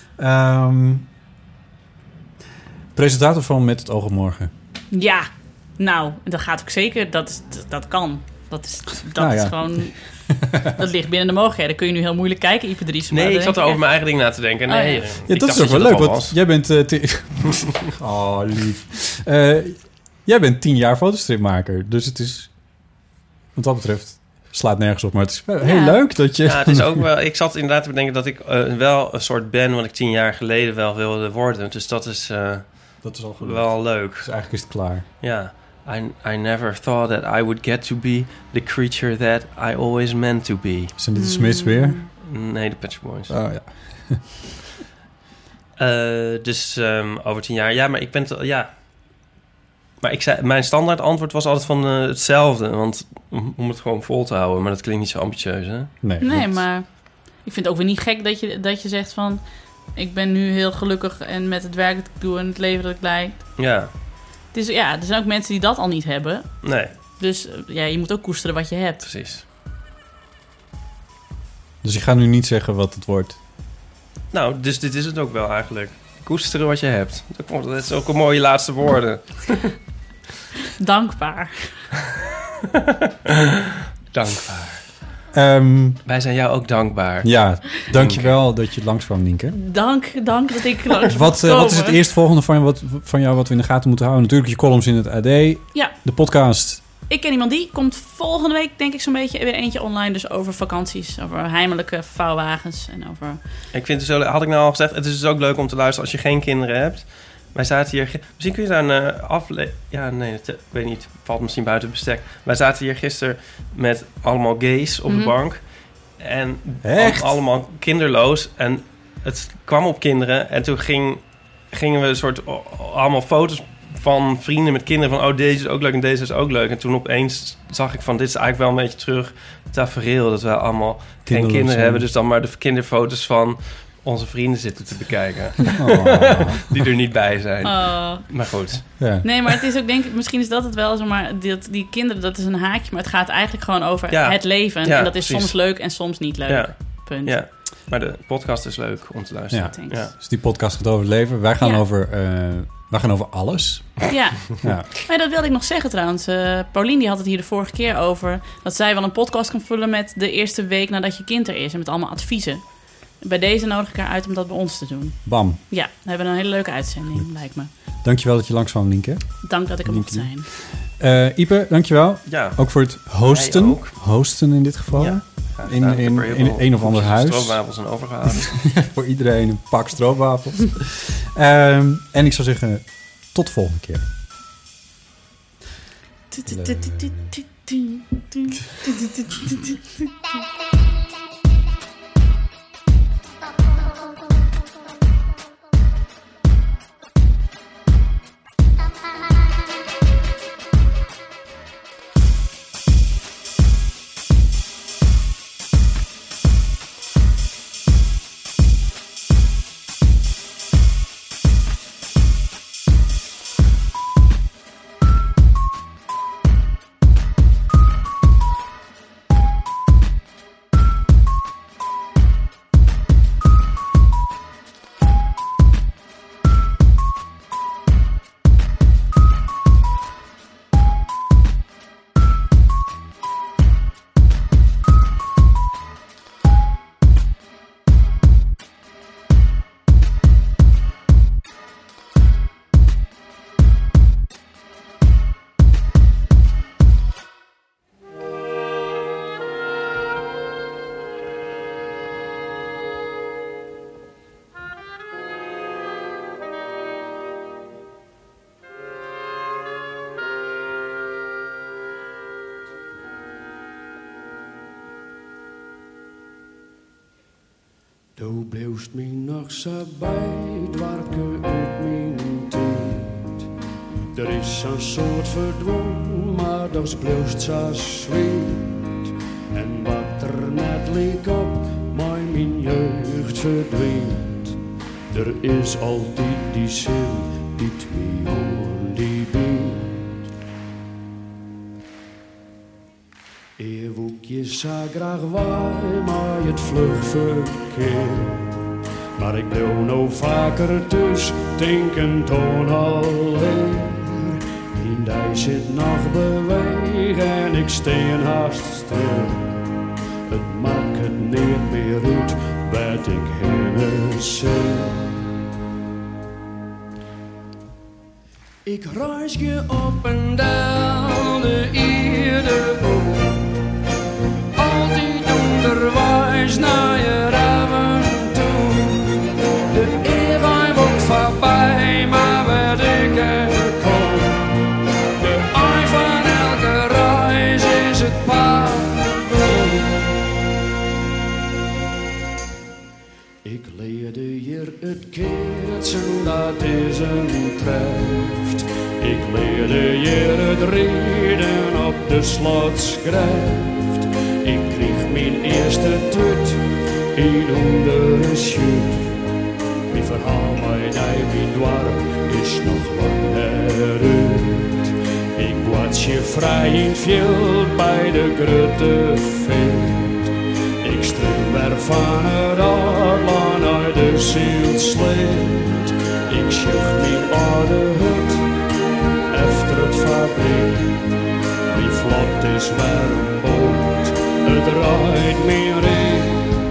Presentator van Met het oog op morgen. Ja, nou, dat gaat ook zeker. Dat kan. Dat is gewoon... Dat ligt binnen de mogelijkheden. Kun je nu heel moeilijk kijken, Ipe Dries. Nee, ik zat er over mijn eigen ding na te denken. Nee, dat is ook wel leuk, want jij bent... oh, lief. Jij bent 10 jaar fotostripmaker. Dus het is... Wat dat betreft... slaat nergens op, maar het is heel leuk dat je... Ja, het is ook wel... Ik zat inderdaad te bedenken dat ik wel een soort ben... wat ik 10 jaar geleden wel wilde worden. Dus dat is al wel leuk. Dus eigenlijk is het klaar. Ja. I never thought that I would get to be the creature that I always meant to be. Zijn dit de Smiths weer? Nee, de Pet Shop Boys. Oh ja. Dus over 10 jaar... Ja, maar ik ben... Maar ik zei, mijn standaard antwoord was altijd van hetzelfde. Want om het gewoon vol te houden. Maar dat klinkt niet zo ambitieus, hè? Nee, maar ik vind het ook weer niet gek dat je zegt van... Ik ben nu heel gelukkig en met het werk dat ik doe en het leven dat ik leid. Ja. Er zijn ook mensen die dat al niet hebben. Nee. Dus je moet ook koesteren wat je hebt. Precies. Dus je gaat nu niet zeggen wat het wordt? Nou, dus dit is het ook wel eigenlijk. Koesteren wat je hebt. Dat is ook een mooie laatste woorden. Dankbaar. Dankbaar. Wij zijn jou ook dankbaar. Ja, dankjewel dat je langs kwam, Nienke. Dank dat ik langs Wat is het eerstvolgende van jou wat we in de gaten moeten houden? Natuurlijk je columns in het AD. Ja. De podcast. Ik ken iemand die komt volgende week, denk ik, zo'n beetje weer eentje online. Dus over vakanties, over heimelijke vouwwagens en over... Ik vind het zo, had ik nou al gezegd, het is dus ook leuk om te luisteren als je geen kinderen hebt. Wij zaten hier... Misschien kun je daar een aflevering... Ja, nee, ik weet niet. Valt misschien buiten bestek. Wij zaten hier gisteren met allemaal gays op de bank. En allemaal kinderloos. En het kwam op kinderen. En toen gingen we een soort... allemaal foto's van vrienden met kinderen. Van, deze is ook leuk en deze is ook leuk. En toen opeens zag ik van... Dit is eigenlijk wel een beetje terug het tafereel. Dat we allemaal geen kinderen hebben. Dus dan maar de kinderfoto's van... onze vrienden zitten te bekijken. Oh. Die er niet bij zijn. Oh. Maar goed. Ja. Nee, maar het is ook, denk ik, misschien is dat het wel, maar die kinderen, dat is een haakje, maar het gaat eigenlijk gewoon over het leven. En dat is soms leuk en soms niet leuk. Ja. Punt. Ja. Maar de podcast is leuk om te luisteren. Ja. Dus die podcast gaat over het leven. Wij gaan over alles. Ja. Maar dat wilde ik nog zeggen trouwens. Paulien die had het hier de vorige keer over dat zij wel een podcast kan vullen met de eerste week nadat je kind er is en met allemaal adviezen. Bij deze nodig ik haar uit om dat bij ons te doen. Bam. Ja, we hebben een hele leuke uitzending, lijkt me. Dankjewel dat je langs kwam, Nienke. Dank dat ik er mocht zijn. Ipe, dankjewel. Ja. Ook voor het hosten. Hosten in dit geval. Ja. In een of ander huis. Stroopwafels en overgehouden. Voor iedereen een pak stroopwafels. En ik zou zeggen, tot de volgende keer. Du bleefst mij nog zo bij, dwarke uit mijn tijd. Er is een soort verdwong, maar dat bleefst zo zweet. En wat er net leek op, maar mijn jeugd verdwijnt. Er is altijd die zin, die mij aan die beent. Je zou graag wij, maar het vlug verkeerd. Maar ik bleef nou vaker thuis, denkend aan alweer. In die zit nog bewegen en ik steen haast stil. Het maakt het niet meer uit, wat ik heen zie. Ik reis je op en down de ieder oog. Onderwijs naar je raven toe. De eeuw wordt voorbij, maar werd ik er kom. De ei van elke reis is het paardboom. Ik leerde hier het keertsen, dat is een treft. Ik leerde hier het reden op de slotskrijf. Ik kreeg mijn eerste tut in onder schut. Mijn verhaal bij mijn dwarp is nog lang eruit. Ik was je vrij in het veld bij de grote veet. Ik stroom er van het adel naar de zielsleet. Ik schucht mijn oude hut efter het fabriek. Mijn vlot is weer een boot. Het draait meer in.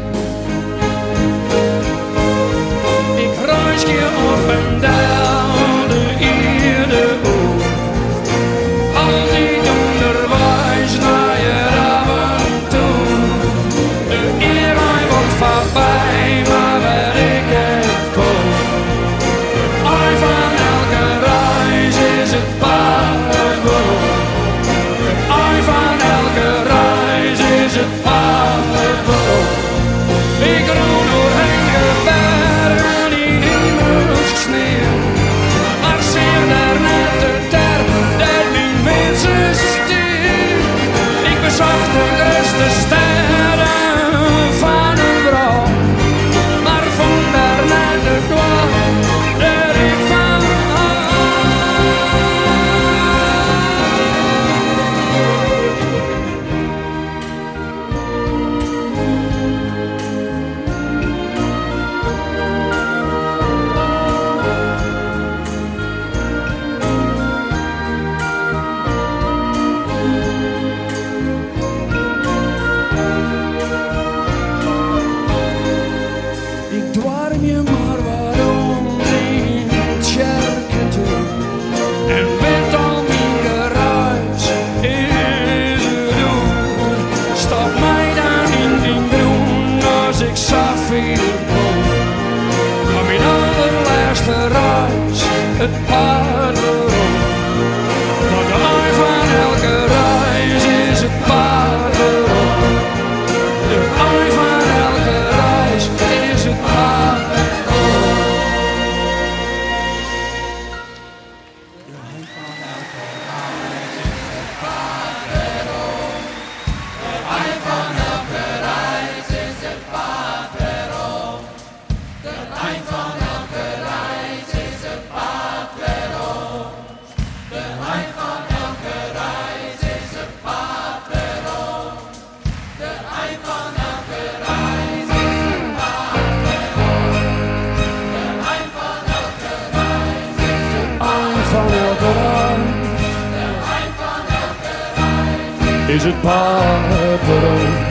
Ik reis je op en down de ieder boek. Altijd onderwijs naar je raven toe. De eerwijn wordt voorbij, maar waar ik het kom. Het ei van elke reis is het paardboom. Het ei van elke reis is het paardboom. Ik roei doorheen de bergen in hemelsk sneeuw. Maar zie daar net de ter, dat mijn mensen stil. Ik bezag de eerste sterren van een vrouw. Maar vond daar net de dwaal, dat ik van het paardboom. Maar de ei van elke reis is het paardboom. De ei van elke reis is het paardboom. De ei van elke reis is het paardboom. De ei van elke reis is het paardboom. De ei van elke reis is het paardboom. De ei van elke reis is het paardboom. De ei van elke reis is het paardboom. De ei van elke reis is het paardboom. De ei van elke reis is het paardboom.